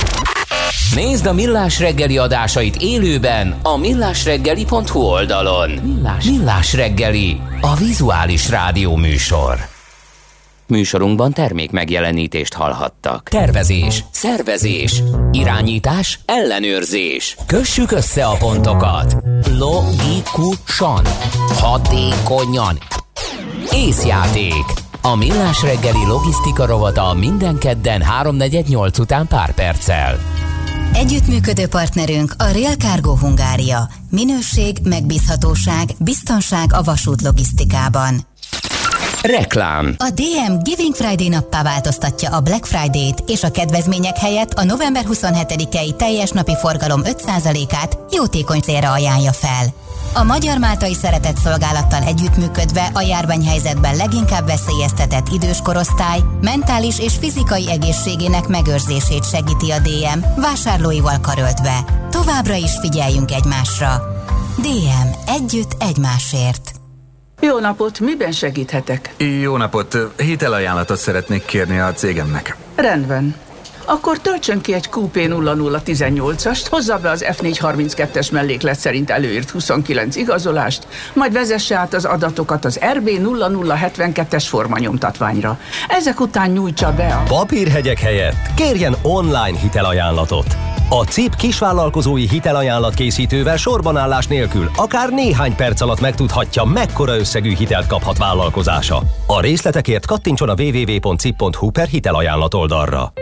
Nézd a Millás reggeli adásait élőben a millásreggeli pont hu oldalon. Millás, Millás reggeli, a vizuális rádió műsor. Műsorunkban termék megjelenítést hallhattak. Tervezés, szervezés, irányítás, ellenőrzés. Kössük össze a pontokat. Logikusan, hatékonyan. Észjáték. A Millás reggeli logisztika rovata minden kedden háromnegyednyolc után pár perccel. Együttműködő partnerünk a Rail Cargo Hungária. Minőség, megbízhatóság, biztonság a vasút logisztikában. Reklám. A dé em Giving Friday nappá változtatja a Black Friday-t, és a kedvezmények helyett a november huszonhetedikei teljes napi forgalom öt százalékát jótékony célra ajánlja fel. A Magyar-Máltai Szeretett Szolgálattal együttműködve a járványhelyzetben leginkább veszélyeztetett idős korosztály mentális és fizikai egészségének megőrzését segíti a dé em vásárlóival karöltve. Továbbra is figyeljünk egymásra. dé em. Együtt egymásért. Jó napot, miben segíthetek? Jó napot, hitelajánlatot szeretnék kérni a cégemnek. Rendben. Akkor töltsön ki egy kú pé nulla nulla tizennyolcast, hozza be az ef négyszázharminckettes melléklet szerint előírt huszonkilenc igazolást, majd vezesse át az adatokat az er bé nulla nulla hetvenkettes formanyomtatványra. Ezek után nyújtsa be a... Papírhegyek helyett kérjen online hitelajánlatot. A cé i pé kisvállalkozói hitelajánlat készítővel sorbanállás nélkül akár néhány perc alatt megtudhatja, mekkora összegű hitelt kaphat vállalkozása. A részletekért kattintson a double-u double-u double-u pont cip pont hu per hitelajánlat oldalra.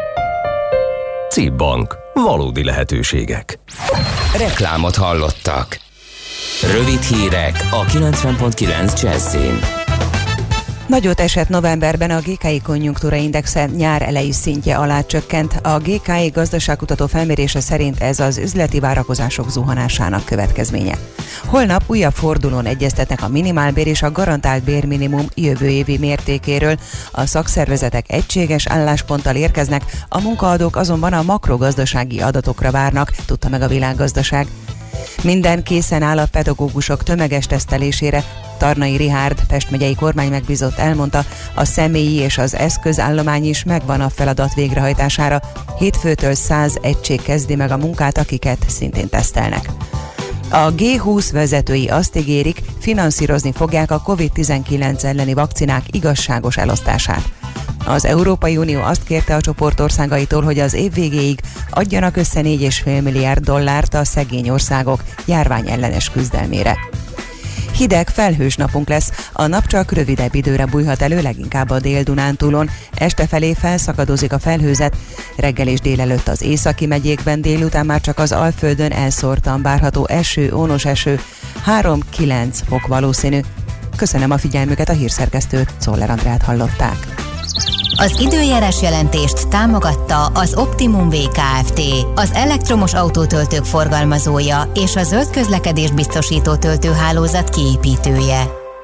cé i pé Bank. Valódi lehetőségek. Reklámot hallottak. Rövid hírek a kilencven pont kilenc Jazzin. Nagyot esett novemberben a gé ká i konjunktúra indexe nyár elejé szintje alá csökkent. A gé ká i gazdaságkutató felmérése szerint ez az üzleti várakozások zuhanásának következménye. Holnap újabb fordulón egyeztetnek a minimálbér és a garantált bérminimum jövő évi mértékéről. A szakszervezetek egységes állásponttal érkeznek, a munkaadók azonban a makrogazdasági adatokra várnak, tudta meg a Világgazdaság. Minden készen áll a pedagógusok tömeges tesztelésére. Tarnai Rihárd, Pest megyei kormánymegbízott elmondta, a személyi és az eszközállomány is megvan a feladat végrehajtására. Hétfőtől száz egység kezdi meg a munkát, akiket szintén tesztelnek. A gé húsz vezetői azt ígérik, finanszírozni fogják a kovid tizenkilenc elleni vakcinák igazságos elosztását. Az Európai Unió azt kérte a csoport országaitól, hogy az év végéig adjanak össze négy egész öt milliárd dollárt a szegény országok járványellenes küzdelmére. Hideg, felhős napunk lesz, a nap csak rövidebb időre bújhat elő, leginkább a Dél-Dunántúlon. Este felé felszakadozik a felhőzet, reggel és délelőtt az északi megyékben, délután már csak az Alföldön elszórtan várható eső, ónos eső, három-kilenc fok valószínű. Köszönöm a figyelmüket, a hírszerkesztőt, Czoller Andrát hallották. Az időjárás jelentést támogatta az Optimum vé Kft., az elektromos autótöltők forgalmazója és a zöld közlekedés biztosító töltőhálózat kiépítője.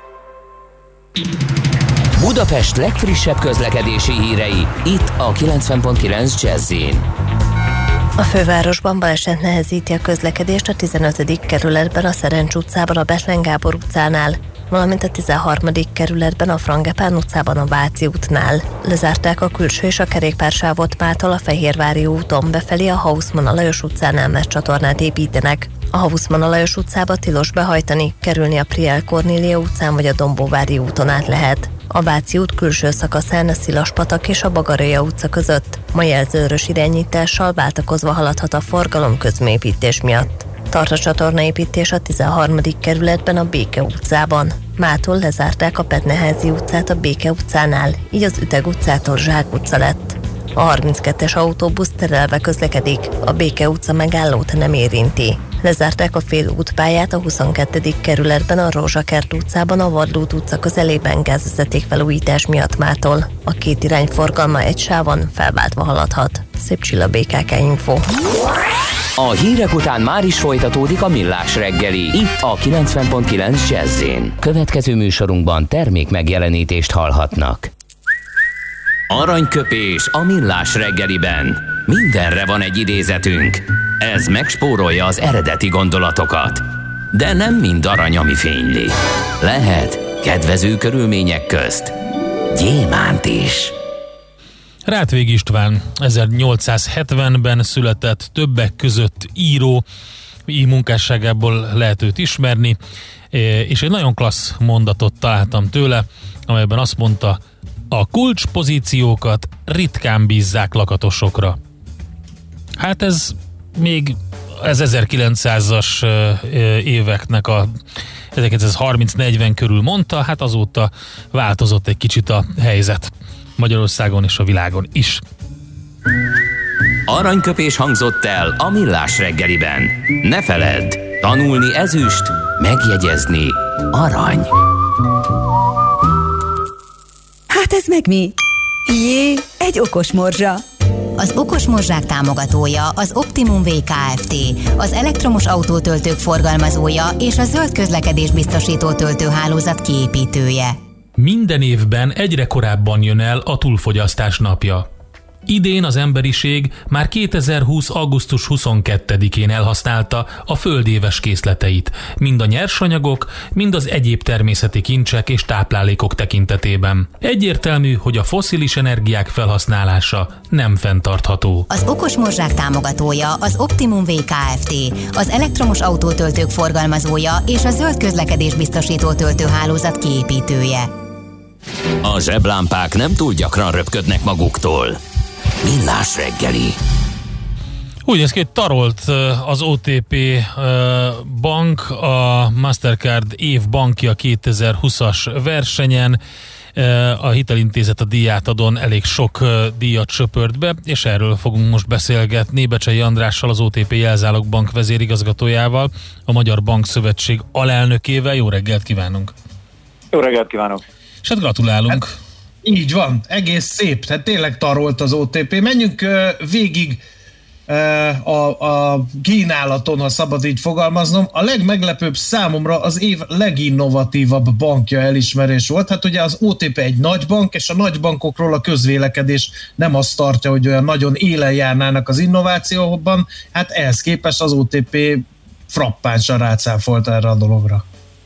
Budapest legfrissebb közlekedési hírei, itt a kilencven pont kilenc Jazz-in. A fővárosban baleset nehezíti a közlekedést a tizenötödik kerületben, a Szerencs utcában, a Bethlen Gábor utcánál, valamint a tizenharmadik kerületben, a Frangepán utcában, a Váci útnál. Lezárták a külső és a kerékpársávot mától a Fehérvári úton befelé, a Haussmann Alajos utcánál, mert csatornát építenek. A Haussmann Alajos utcába tilos behajtani, kerülni a Priel Kornélia utcán vagy a Dombóvári úton át lehet. A Váci út külső szakaszán a Szilaspatak és a Bagaréja utca között ma jelzőrös irányítással váltakozva haladhat a forgalom közműépítés miatt. Tart a csatornaépítés a tizenharmadik kerületben, a Béke utcában. Mától lezárták a Petneházi utcát a Béke utcánál, így az Üteg utcától Zsák utca lett. A harminckettes autóbusz terelve közlekedik, a Béke utca megállót nem érinti. Lezárták a fél útpályát a huszonkettedik kerületben a Rózsakert utcában a Vadlót utca közelében gázvezetékfelújítás miatt mától. A két irány forgalma egy sávon felváltva haladhat. Szép Csilla, bé ká ká Info. A hírek után már is folytatódik a Millás reggeli, itt a kilencven pont kilenc Jazz-in. Következő műsorunkban termék megjelenítést hallhatnak. Aranyköpés a Millás reggeliben. Mindenre van egy idézetünk. Ez megspórolja az eredeti gondolatokat. De nem mind arany, ami fényli. Lehet kedvező körülmények közt gyémánt is. Rátvég István ezernyolcszázhetvenben született, többek között író, így munkásságából lehet őt ismerni, és egy nagyon klassz mondatot találtam tőle, amelyben azt mondta, a kulcspozíciókat ritkán bízzák lakatosokra. Hát ez még ez ezerkilencszázas éveknek a ezerkilencszázharminc-negyven körül mondta, hát azóta változott egy kicsit a helyzet Magyarországon és a világon is. Aranyköpés hangzott el a Millás reggeliben. Ne feledd, tanulni ezüst, megjegyezni arany. Hát ez meg mi? Jé, egy okos morzsa. Az okos morzsák támogatója az Optimum vé ká ef té, az elektromos autótöltők forgalmazója és a zöld közlekedés biztosító töltőhálózat kiépítője. Minden évben egyre korábban jön el a túlfogyasztás napja. Idén az emberiség már kétezer-húsz. augusztus huszonkettedikén elhasználta a földéves készleteit, mind a nyersanyagok, mind az egyéb természeti kincsek és táplálékok tekintetében. Egyértelmű, hogy a fosszilis energiák felhasználása nem fenntartható. Az okos morzsák támogatója az Optimum vé ká ef té, az elektromos autótöltők forgalmazója és a zöld közlekedés biztosító töltőhálózat kiépítője. A zseblámpák nem túl gyakran röpködnek maguktól. Millás reggeli. Úgy néz ki, hogy tarolt az o té pé bank a Mastercard év bankja kétezer-húszas versenyen. A hitelintézet a díjátadón elég sok díjat söpört be, és erről fogunk most beszélgetni Becsei Andrással, az o té pé Jelzálogbank vezérigazgatójával, a Magyar Bankszövetség alelnökével. Jó reggelt kívánunk! Jó reggelt kívánok! És hát gratulálunk! Hát, így van, egész szép, tehát tényleg tarolt az o té pé. Menjünk uh, végig uh, a, a kínálaton, ha szabad így fogalmaznom. A legmeglepőbb számomra az év leginnovatívabb bankja elismerés volt. Hát ugye az o té pé egy nagy bank, és a nagy bankokról a közvélekedés nem azt tartja, hogy olyan nagyon élen járnának az innovációban. Hát ehhez képest az o té pé frappánsan rácáfolt erre a dologra.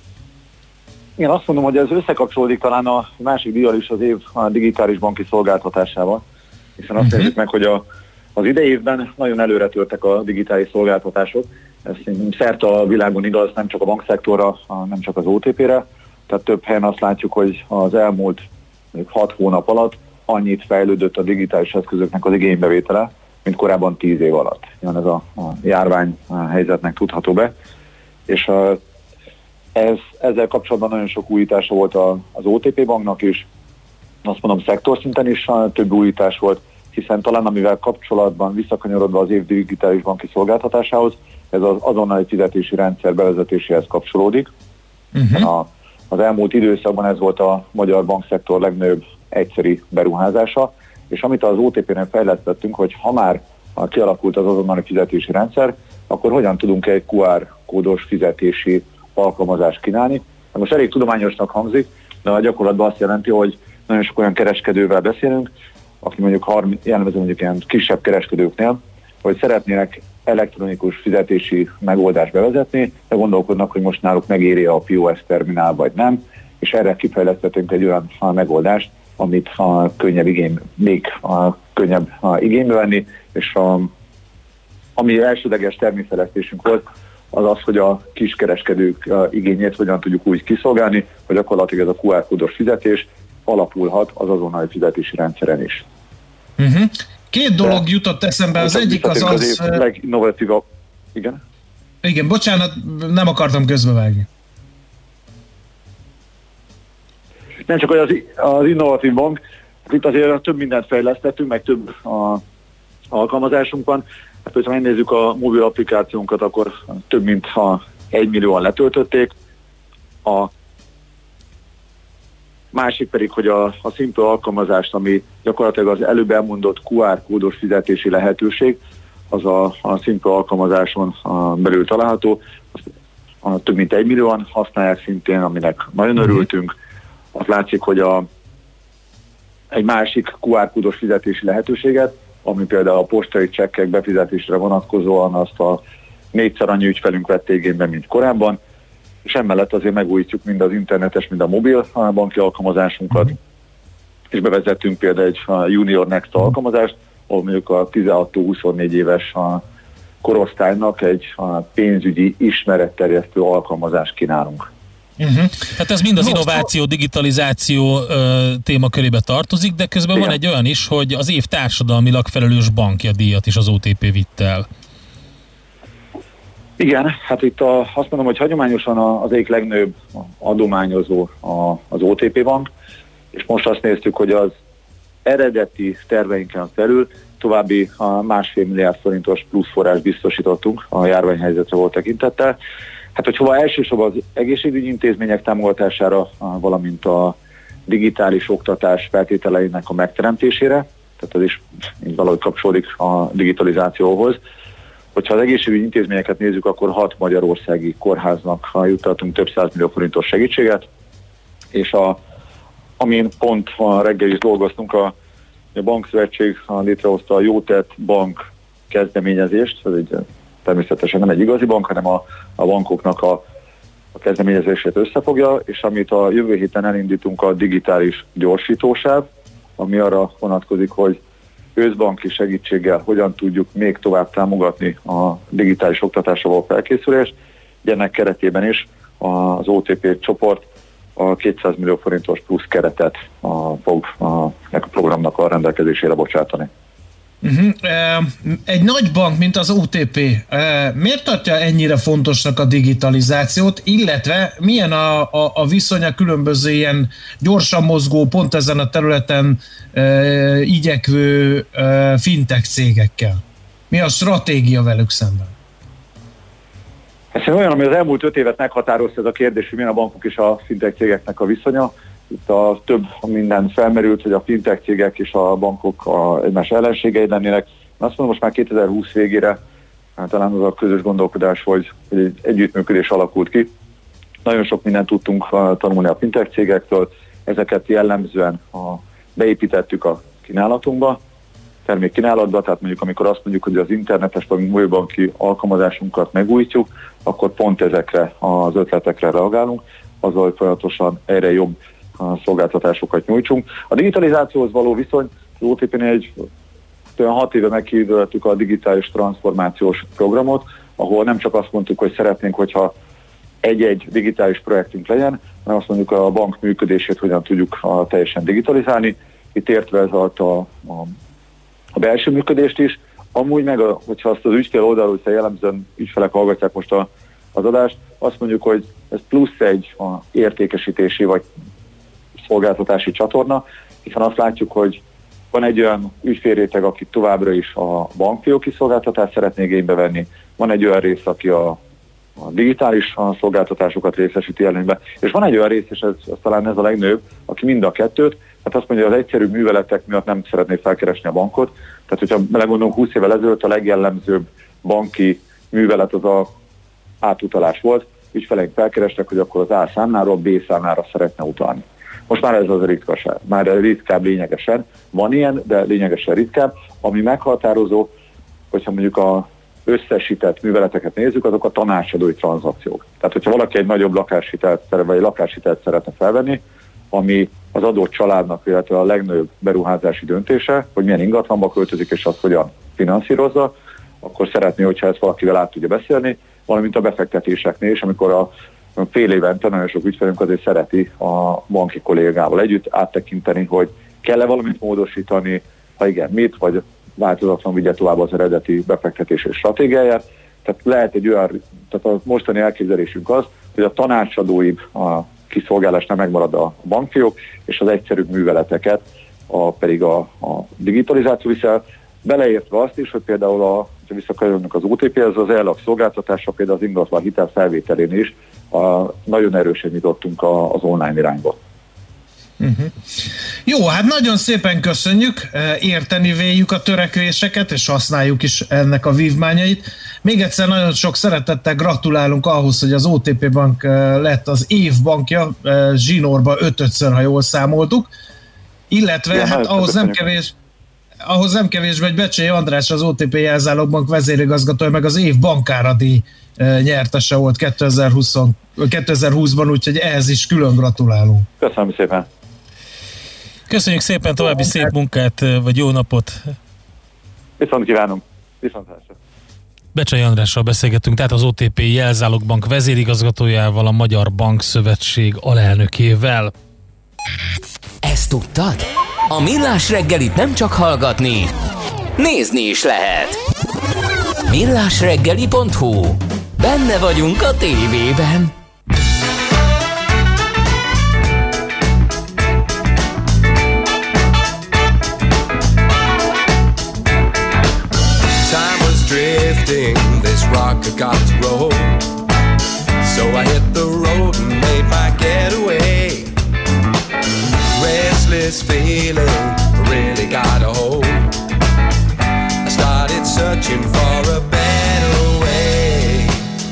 Én azt mondom, hogy ez összekapcsolódik talán a másik díjjal is, az év a digitális banki szolgáltatásával, hiszen azt uh-huh. nézzük meg, hogy a, az idei évben nagyon előre törtek a digitális szolgáltatások. Ez szerte a világon igaz, nem csak a bankszektorra, nem csak az o té pére. Tehát több helyen azt látjuk, hogy az elmúlt hat hónap alatt annyit fejlődött a digitális eszközöknek az igénybevétele, mint korábban tíz év alatt. Ilyen ez a, a járvány helyzetnek tudható be. És a Ez, ezzel kapcsolatban nagyon sok újítása volt a, az o té pé banknak is, azt mondom szektor szinten is több újítás volt, hiszen talán amivel kapcsolatban visszakanyarodva az év digitális banki szolgáltatásához, ez az azonnali fizetési rendszer bevezetéséhez kapcsolódik. Uh-huh. A, az elmúlt időszakban ez volt a magyar bankszektor legnagyobb egyszeri beruházása, és amit az o té pénél fejlesztettünk, hogy ha már kialakult az azonnali fizetési rendszer, akkor hogyan tudunk egy kú er kódos fizetési alkalmazást kínálni. Most elég tudományosnak hangzik, de a gyakorlatban azt jelenti, hogy nagyon sok olyan kereskedővel beszélünk, aki mondjuk jellemző mondjuk ilyen kisebb kereskedőknél, hogy szeretnének elektronikus fizetési megoldást bevezetni, de gondolkodnak, hogy most náluk megéri a pé o es terminál vagy nem, és erre kifejlesztettünk egy olyan megoldást, amit a könnyebb igény, még a könnyebb a igénybe venni, és a, ami elsődleges termékfejlesztésünk volt, az az, hogy a kiskereskedők igényét hogyan tudjuk úgy kiszolgálni, hogy gyakorlatilag ez a kú er kódos fizetés alapulhat az azonnali fizetési rendszeren is. Uh-huh. Két dolog De jutott eszembe, az egyik az az... az leginnovatívabb... Igen? Igen, bocsánat, nem akartam közbevágni. Nem csak, hogy az, az innovatív bank, Itt azért több mindent fejlesztettünk, meg több a alkalmazásunk van. Hát, hogyha megnézzük a mobil applikációnkat, akkor több mint ha egy millióan letöltötték. A másik pedig, hogy a, a Simple alkalmazást, ami gyakorlatilag az előbb elmondott kú ár kódos fizetési lehetőség, az a, a Simple alkalmazáson a belül található. Azt, a több mint egy millióan használják szintén, aminek nagyon örültünk. Azt látszik, hogy a, egy másik kú ár kódos fizetési lehetőséget, ami például a postai csekkek befizetésre vonatkozóan azt a négyszer annyi ügyfelünk vette igénybe, mint korábban, és emellett azért megújítjuk mind az internetes, mind a mobil banki alkalmazásunkat, mm. és bevezettünk például egy Junior Next alkalmazást, ahol mondjuk a tizenhattól huszonnégy éves korosztálynak egy pénzügyi ismeretterjesztő alkalmazást kínálunk. Uh-huh. Tehát ez mind az innováció, digitalizáció ö, témakörébe tartozik, de közben igen, van egy olyan is, hogy az év társadalmilag felelős bankja díjat is az o té pé vitt el. Igen, hát itt a, azt mondom, hogy hagyományosan az egyik legnagyobb adományozó a, az o té pé bank, és most azt néztük, hogy az eredeti terveinken felül további a másfél milliárd forintos plusz forrás biztosítottunk a járványhelyzetre volt tekintettel. Hát, hogy hova elsősorban az egészségügyi intézmények támogatására, valamint a digitális oktatás feltételeinek a megteremtésére, tehát ez is így valahogy kapcsolódik a digitalizációhoz. Hogyha az egészségügyi intézményeket nézzük, akkor hat magyarországi kórháznak juttatunk több százmillió forintos segítséget, és a, amin pont a reggel is dolgoztunk, a, a Bankszövetség létrehozta a Jótett Bank kezdeményezést, ez egy természetesen nem egy igazi bank, hanem a, a bankoknak a, a kezdeményezését összefogja, és amit a jövő héten elindítunk a digitális gyorsítósáv, ami arra vonatkozik, hogy közbanki segítséggel hogyan tudjuk még tovább támogatni a digitális oktatásra való felkészülést. Ennek keretében is az o té pé csoport a kétszáz millió forintos plusz keretet a, fog a, a programnak a rendelkezésére bocsátani. Uh-huh. Egy nagy bank, mint az o té pé, miért tartja ennyire fontosnak a digitalizációt, illetve milyen a, a, a viszony a különböző ilyen gyorsan mozgó, pont ezen a területen e, igyekvő e, fintech cégekkel? Mi a stratégia velük szemben? Ez olyan, ami az elmúlt öt évet meghatározta ez a kérdés, hogy milyen a bankok és a fintech cégeknek a viszonya. Itt a több minden felmerült, hogy a fintech cégek és a bankok a egymás ellenségei lennének. Azt mondom, most már kétezer-húsz végére hát talán az a közös gondolkodás, hogy, hogy egy együttműködés alakult ki. Nagyon sok mindent tudtunk tanulni a fintech cégektől, ezeket jellemzően a, beépítettük a kínálatunkba, termékkínálatba, tehát mondjuk amikor azt mondjuk, hogy az internetes vagy mobilbanki alkalmazásunkat megújítjuk, akkor pont ezekre az ötletekre reagálunk, azzal folyamatosan erre jobb szolgáltatásokat nyújtsunk. A digitalizációhoz való viszony, az o té pé-nél egy olyan hat éve meghívdöltük a digitális transformációs programot, ahol nem csak azt mondtuk, hogy szeretnénk, hogyha egy-egy digitális projektünk legyen, hanem azt mondjuk a bank működését hogyan tudjuk a, teljesen digitalizálni. Itt értve ez alatt a, a, a belső működést is. Amúgy meg, a, hogyha azt az ügyfél oldalról, hiszen jellemzően ügyfelek hallgatják most a, az adást, azt mondjuk, hogy ez plusz egy a értékesítési vagy szolgáltatási csatorna, hiszen azt látjuk, hogy van egy olyan ügyfélréteg, aki továbbra is a bankfióki szolgáltatást szeretné igénybe venni, van egy olyan rész, aki a, a digitális a szolgáltatásokat részesíti előnybe, és van egy olyan rész, és ez, ez talán ez a legnagyobb, aki mind a kettőt, tehát azt mondja, hogy az egyszerű műveletek miatt nem szeretné felkeresni a bankot, tehát hogyha belegondolunk húsz évvel ezelőtt a legjellemzőbb banki művelet az a átutalás volt, ügyfeleink felkerestek, hogy akkor az A számláról B számlára szeretne utalni. Most már ez az ritkaság, már ritkább lényegesen, van ilyen, de lényegesen ritkább, ami meghatározó, hogyha mondjuk a összesített műveleteket nézzük, azok a tanácsadói tranzakciók. Tehát, hogyha valaki egy nagyobb lakáshitelt, vagy egy lakáshitelt szeretne felvenni, ami az adott családnak, illetve a legnagyobb beruházási döntése, hogy milyen ingatlanba költözik, és azt hogyan finanszírozza, akkor szeretné, hogyha ezt valakivel át tudja beszélni, valamint a befektetéseknél is, amikor a fél évente nagyon sok ügyfelünk azért szereti a banki kollégával együtt áttekinteni, hogy kell-e valamit módosítani, ha igen, mit, vagy változatlan vigye tovább az eredeti befektetési stratégiáját. Tehát lehet egy olyan, tehát a mostani elképzelésünk az, hogy a tanácsadói a kiszolgálásnál megmarad a bankfiók, és az egyszerűbb műveleteket a, pedig a, a digitalizáció viszel, beleértve azt is, hogy például a, ha visszakerülünk az o té pé-hez, az e-lak szolgáltatása például az ingatlan hitel felvételén is a, nagyon erősen nyitottunk a, az online irányba. Uh-huh. Jó, hát nagyon szépen köszönjük, érteni véljük a törekvéseket, és használjuk is ennek a vívmányait. Még egyszer nagyon sok szeretettel gratulálunk ahhoz, hogy az o té pé Bank lett az év bankja, zsinórba ötödször, ha jól számoltuk, illetve igen, hát ahhoz nem kevés ahhoz nem kevés, hogy Becsei András, az o té pé Jelzálogbank vezérigazgatója, meg az év bankáradi nyertese volt kétezer-húszban, úgyhogy ehhez is külön gratulálunk. Köszönöm szépen! Köszönjük szépen, további szép munkát, vagy jó napot! Viszont kívánunk! Viszont hálásra! Becsei Andrással beszélgetünk, tehát az o té pé Jelzálogbank vezérigazgatójával, a Magyar Bankszövetség alelnökével. Ezt tudtad? A Millás reggelit nem csak hallgatni, nézni is lehet. millásreggeli pont hu. Benne vagyunk a tévében. Time was drifting, this rocket got to roll. So I hit the road and made my getaway. Restless feeling really got a hold. I started searching for a better way,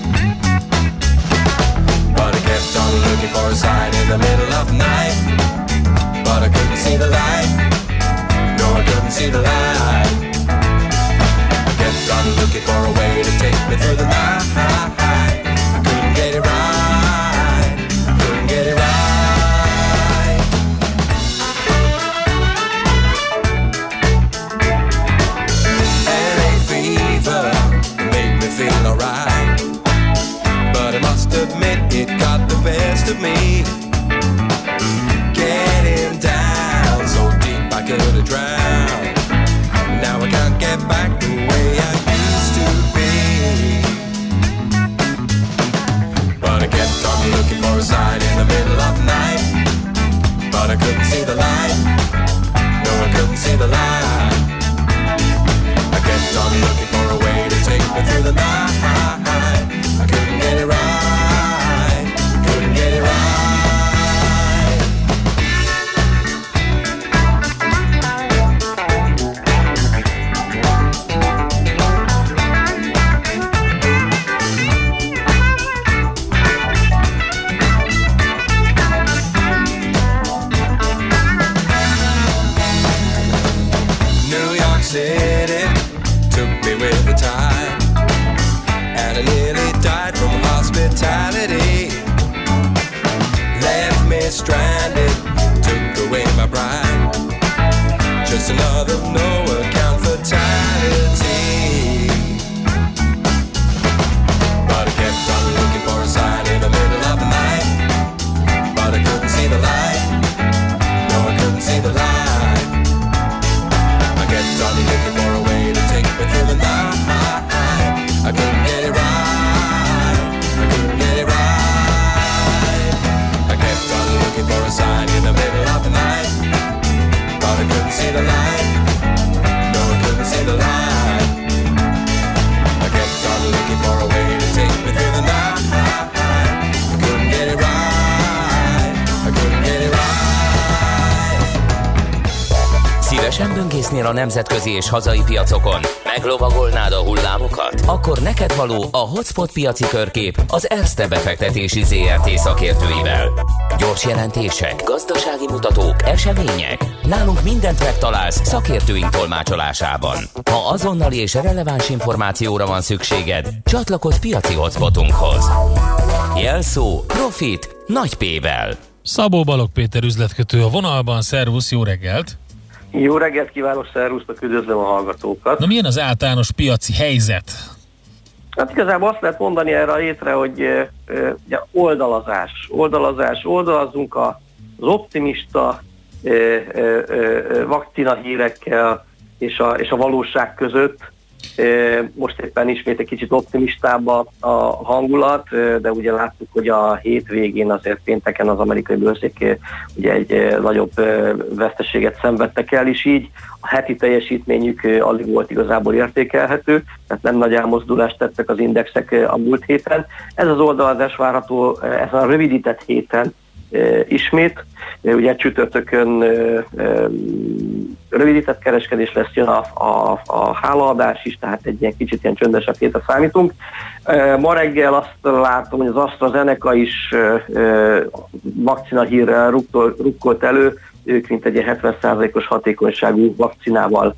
but I kept on looking for a sign in the middle of the night. But I couldn't see the light. No, I couldn't see the light. I kept on looking for a way to take me through the night. I couldn't get it right. Couldn't get it right. Feel alright, but I must admit it got the best of me. Getting down so deep I could have drowned. Now I can't get back the way I used to be. But I kept on looking for a sign in the middle of the night. But I couldn't see the light. No, I couldn't see the light. I kept on looking for a way to take me through the night. I couldn't get it right. Couldn't get it right. New York City took me with the tide, and I nearly died from hospitality. Left me stranded, took away my bride. Just another no account fatality. But I kept on looking for a sign in the middle of the night. But I couldn't see the light. No, I couldn't see the light. I kept on looking for a way to take me through the night. I couldn't get it right. I couldn't get it right. I kept on looking for a sign in the middle of the night. But I couldn't see the light. No, I couldn't see the light. I kept on looking for a way to take me through the night. I couldn't get it right. I couldn't get it right. Szívesen böngésznél a nemzetközi és hazai piacokon? Meglovagolnád a hullámokat? Akkor neked való a Hotspot piaci körkép az Erste befektetési zé er té szakértőivel. Gyors jelentések, gazdasági mutatók, események. Nálunk mindent megtalálsz szakértőink tolmácsolásában. Ha azonnali és releváns információra van szükséged, csatlakozz piaci hotspotunkhoz. Jelszó Profit nagy P-vel. Szabó Balogh Péter üzletkötő a vonalban. Szervusz, jó reggelt! Jó reggelt kívánok, szervusztok, üdvözlöm a hallgatókat. Na, milyen az általános piaci helyzet? Hát igazából azt lehet mondani erre a hétre, hogy e, e, oldalazás, oldalazás, oldalazunk az optimista e, e, e, vakcina hírekkel és a, és a valóság között. Most éppen ismét egy kicsit optimistább a, a hangulat, de ugye láttuk, hogy a hétvégén azért pénteken az amerikai bőrzék ugye egy nagyobb veszteséget szenvedtek el, és így a heti teljesítményük alig volt igazából értékelhető, tehát nem nagy elmozdulást tettek az indexek a múlt héten. Ez az oldalazás várható ezen a rövidített héten ismét. Ugye csütörtökön rövidített kereskedés lesz, jön a, a, a hálaadás is, tehát egy ilyen kicsit ilyen csöndesebb hétre számítunk. Ma reggel azt látom, hogy az AstraZeneca is vakcina hírrel rukkolt elő, ők mint egy hetven százalékos hatékonyságú vakcinával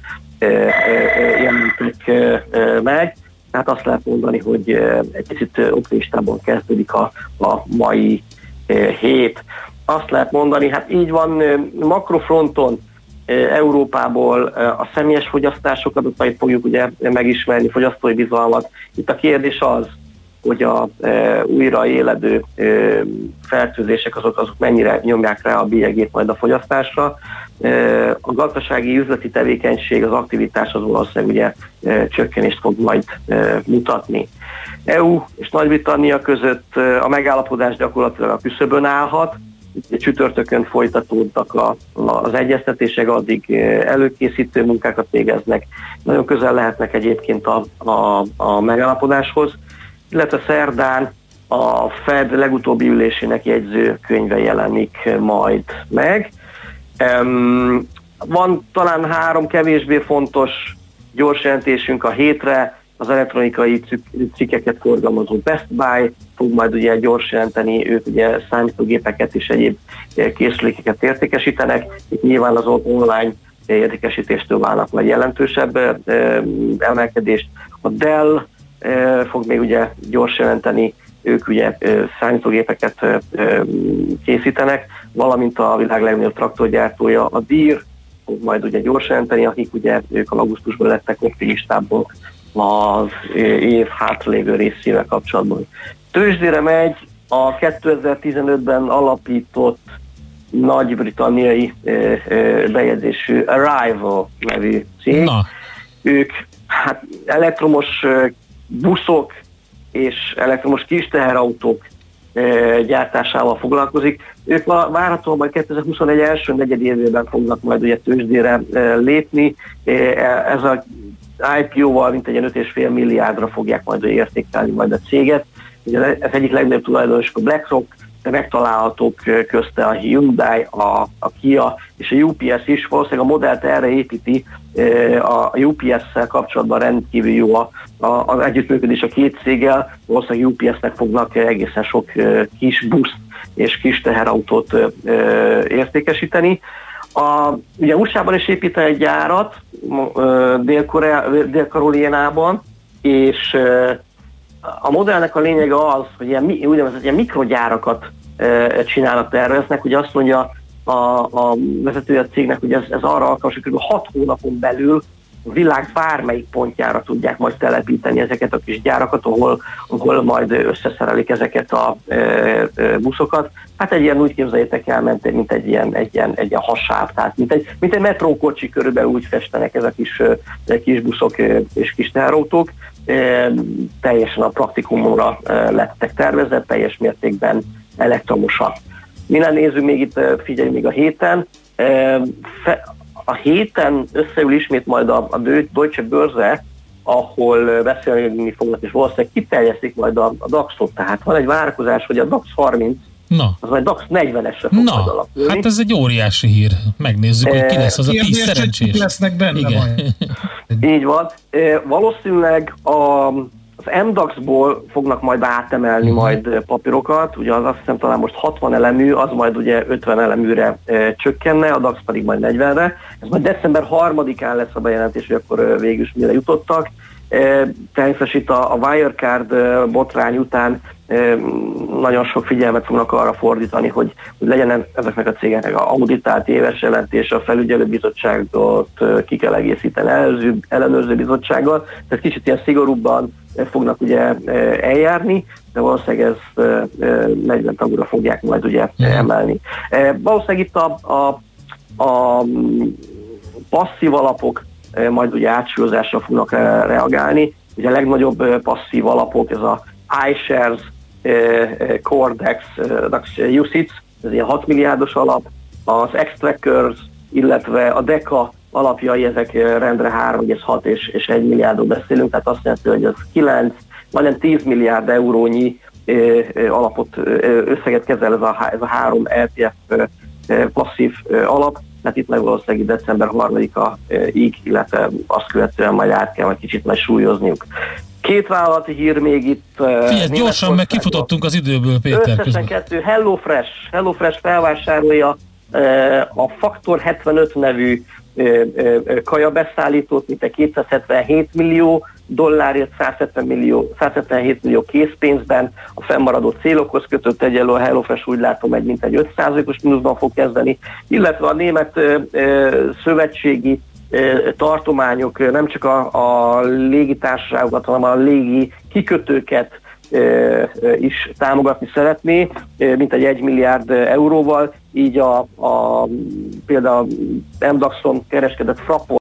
jelentek meg. Tehát azt lehet mondani, hogy egy kicsit optimistában kezdődik a, a mai hét. Azt lehet mondani, hát így van, makrofronton Európából a személyes fogyasztások adatait fogjuk ugye megismerni, fogyasztói bizalmat. Itt a kérdés az, hogy a e, újra éledő e, fertőzések azok, azok mennyire nyomják rá a bélyegét majd a fogyasztásra. E, a gazdasági üzleti tevékenység, az aktivitás az valószínűleg ugye e, csökkenést fog majd e, mutatni. é u és Nagy-Britannia között e, a megállapodás gyakorlatilag a küszöbön állhat. Itt csütörtökön folytatódnak a, az egyeztetések, addig előkészítő munkákat végeznek. Nagyon közel lehetnek egyébként a, a, a megállapodáshoz, illetve szerdán a Fed legutóbbi ülésének jegyzőkönyve jelenik majd meg. Um, van talán három kevésbé fontos gyors jelentésünk a hétre. Az elektronikai cikkeket forgalmazó Best Buy fog majd ugye gyors jelenteni, ők ugye számítógépeket és egyéb készülékeket értékesítenek. Itt nyilván az online értékesítéstől válnak majd jelentősebb emelkedést. A Dell fog még ugye gyors jelenteni, ők ugye számítógépeket készítenek, valamint a világ legnagyobb traktorgyártója, a Deere fog majd ugye gyors jelenteni, akik ugye ők a augusztusban lettek optimistábbak az év hátralévő részével kapcsolatban. Tőzsdére megy a kétezer-tizenötben alapított nagy-britanniai bejegyzésű Arrival nevű cég. Na. Ők hát elektromos buszok és elektromos kis teherautók gyártásával foglalkozik. Ők várhatóan majd kétezer-huszonegy első negyedévében fognak majd ugye tőzsdére lépni. Ez a i pé ó-val mint egy öt egész öt milliárdra fogják majd értékelni majd a céget. Ugye ez egyik legnagyobb tulajdonos a BlackRock, de megtalálhatók közte a Hyundai, a, a Kia és a u pé es is. Valószínűleg a modellt erre építi, a u pé es-szel kapcsolatban rendkívül jó a, a, az együttműködés a két céggel. Valószínűleg u pé es-nek fognak egészen sok kis buszt és kis teherautót értékesíteni. A, ugye u es á-ban is épít egy gyárat, Dél-Karolinában, és a modellnek a lényege az, hogy ilyen, úgynevezett ilyen mikrogyárakat csinálnak, terveznek. Ugye azt mondja a, a vezetője a cégnek, hogy ez, ez arra alkalmas, hogy kb. hat hónapon belül a világ bármelyik pontjára tudják majd telepíteni ezeket a kis gyárakat, ahol, ahol majd összeszerelik ezeket a e, e, buszokat. Hát egy ilyen úgy képzeljétek el, mint, mint egy, ilyen, egy, ilyen, egy ilyen hasáb, tehát mint egy, mint egy metrókocsi, körülbelül úgy festenek ezek a kis, e, kis buszok e, és kis teherautók. E, teljesen a praktikumra e, lettek tervezve, teljes mértékben elektromosak. Minden nézzük még itt, figyelj még a héten. E, fe, A héten összeül ismét majd a, a Deutsche Börse, ahol beszélni fognak, és valószínűleg kiterjesztik majd a, a daxot. Tehát van egy várakozás, hogy a dax harminc, Na. az majd dax negyvenesre fog Na, majd alakulni. Hát ez egy óriási hír. Megnézzük, hogy ki lesz az a tíz szerencsés. Lesznek benne. Igen. Így van. E, valószínűleg a az em dax-ból fognak majd átemelni uh-huh. majd papírokat, ugye az azt hiszem talán most hatvan elemű, az majd ugye ötven eleműre e, csökkenne, a dax pedig majd negyvenre. Ez majd december harmadikán lesz a bejelentés, hogy akkor e, végül is mire jutottak. E, természetesen itt a, a Wirecard e, botrány után e, nagyon sok figyelmet fognak arra fordítani, hogy, hogy legyen ezeknek a cégeknek a auditált éves jelentés, a felügyelőbizottságot e, ki kell egészíteni ellenőrző, ellenőrző bizottsággal, tehát kicsit ilyen szigorúbban fognak ugye eljárni, de valószínűleg ez negyven tagúra fogják majd ugye emelni. Valószínűleg itt a, a, a passzív alapok majd ugye átsúlyozásra fognak reagálni. Ugye a legnagyobb passzív alapok, ez a iShares, Cordex, Dax u cé i té, ez ilyen hat milliárdos alap, az Xtrackers, illetve a Deka alapjai, ezek rendre három egész hat és, és egy milliárdot beszélünk, tehát azt jelenti, hogy az kilenc, majdnem tíz milliárd eurónyi alapot, összeget kezel ez a, ez a három é té ef passzív alap, tehát itt meg valószínűleg december harmadika-ig, illetve azt követően majd át kell majd kicsit majd súlyozniuk. Két vállalati hír még itt. Figyelj, gyorsan, meg kifutottunk az időből, Péter. Összesen közben. kettő. HelloFresh. HelloFresh felvásárolja a Faktor hetvenöt nevű kajabeszállítót, mint a kétszázhetvenhét millió dollárért, százhetven millió, százhetvenhét millió készpénzben, a fennmaradó célokhoz kötött, egyelő a HelloFresh úgy látom egy mintegy öt százalékos mínuszban fog kezdeni, illetve a német ö, ö, szövetségi ö, tartományok nem csak a, a légitársaságokat, hanem a légi kikötőket ö, ö, is támogatni szeretné, ö, mintegy egy milliárd euróval, így a, a például em daxon kereskedett Fraport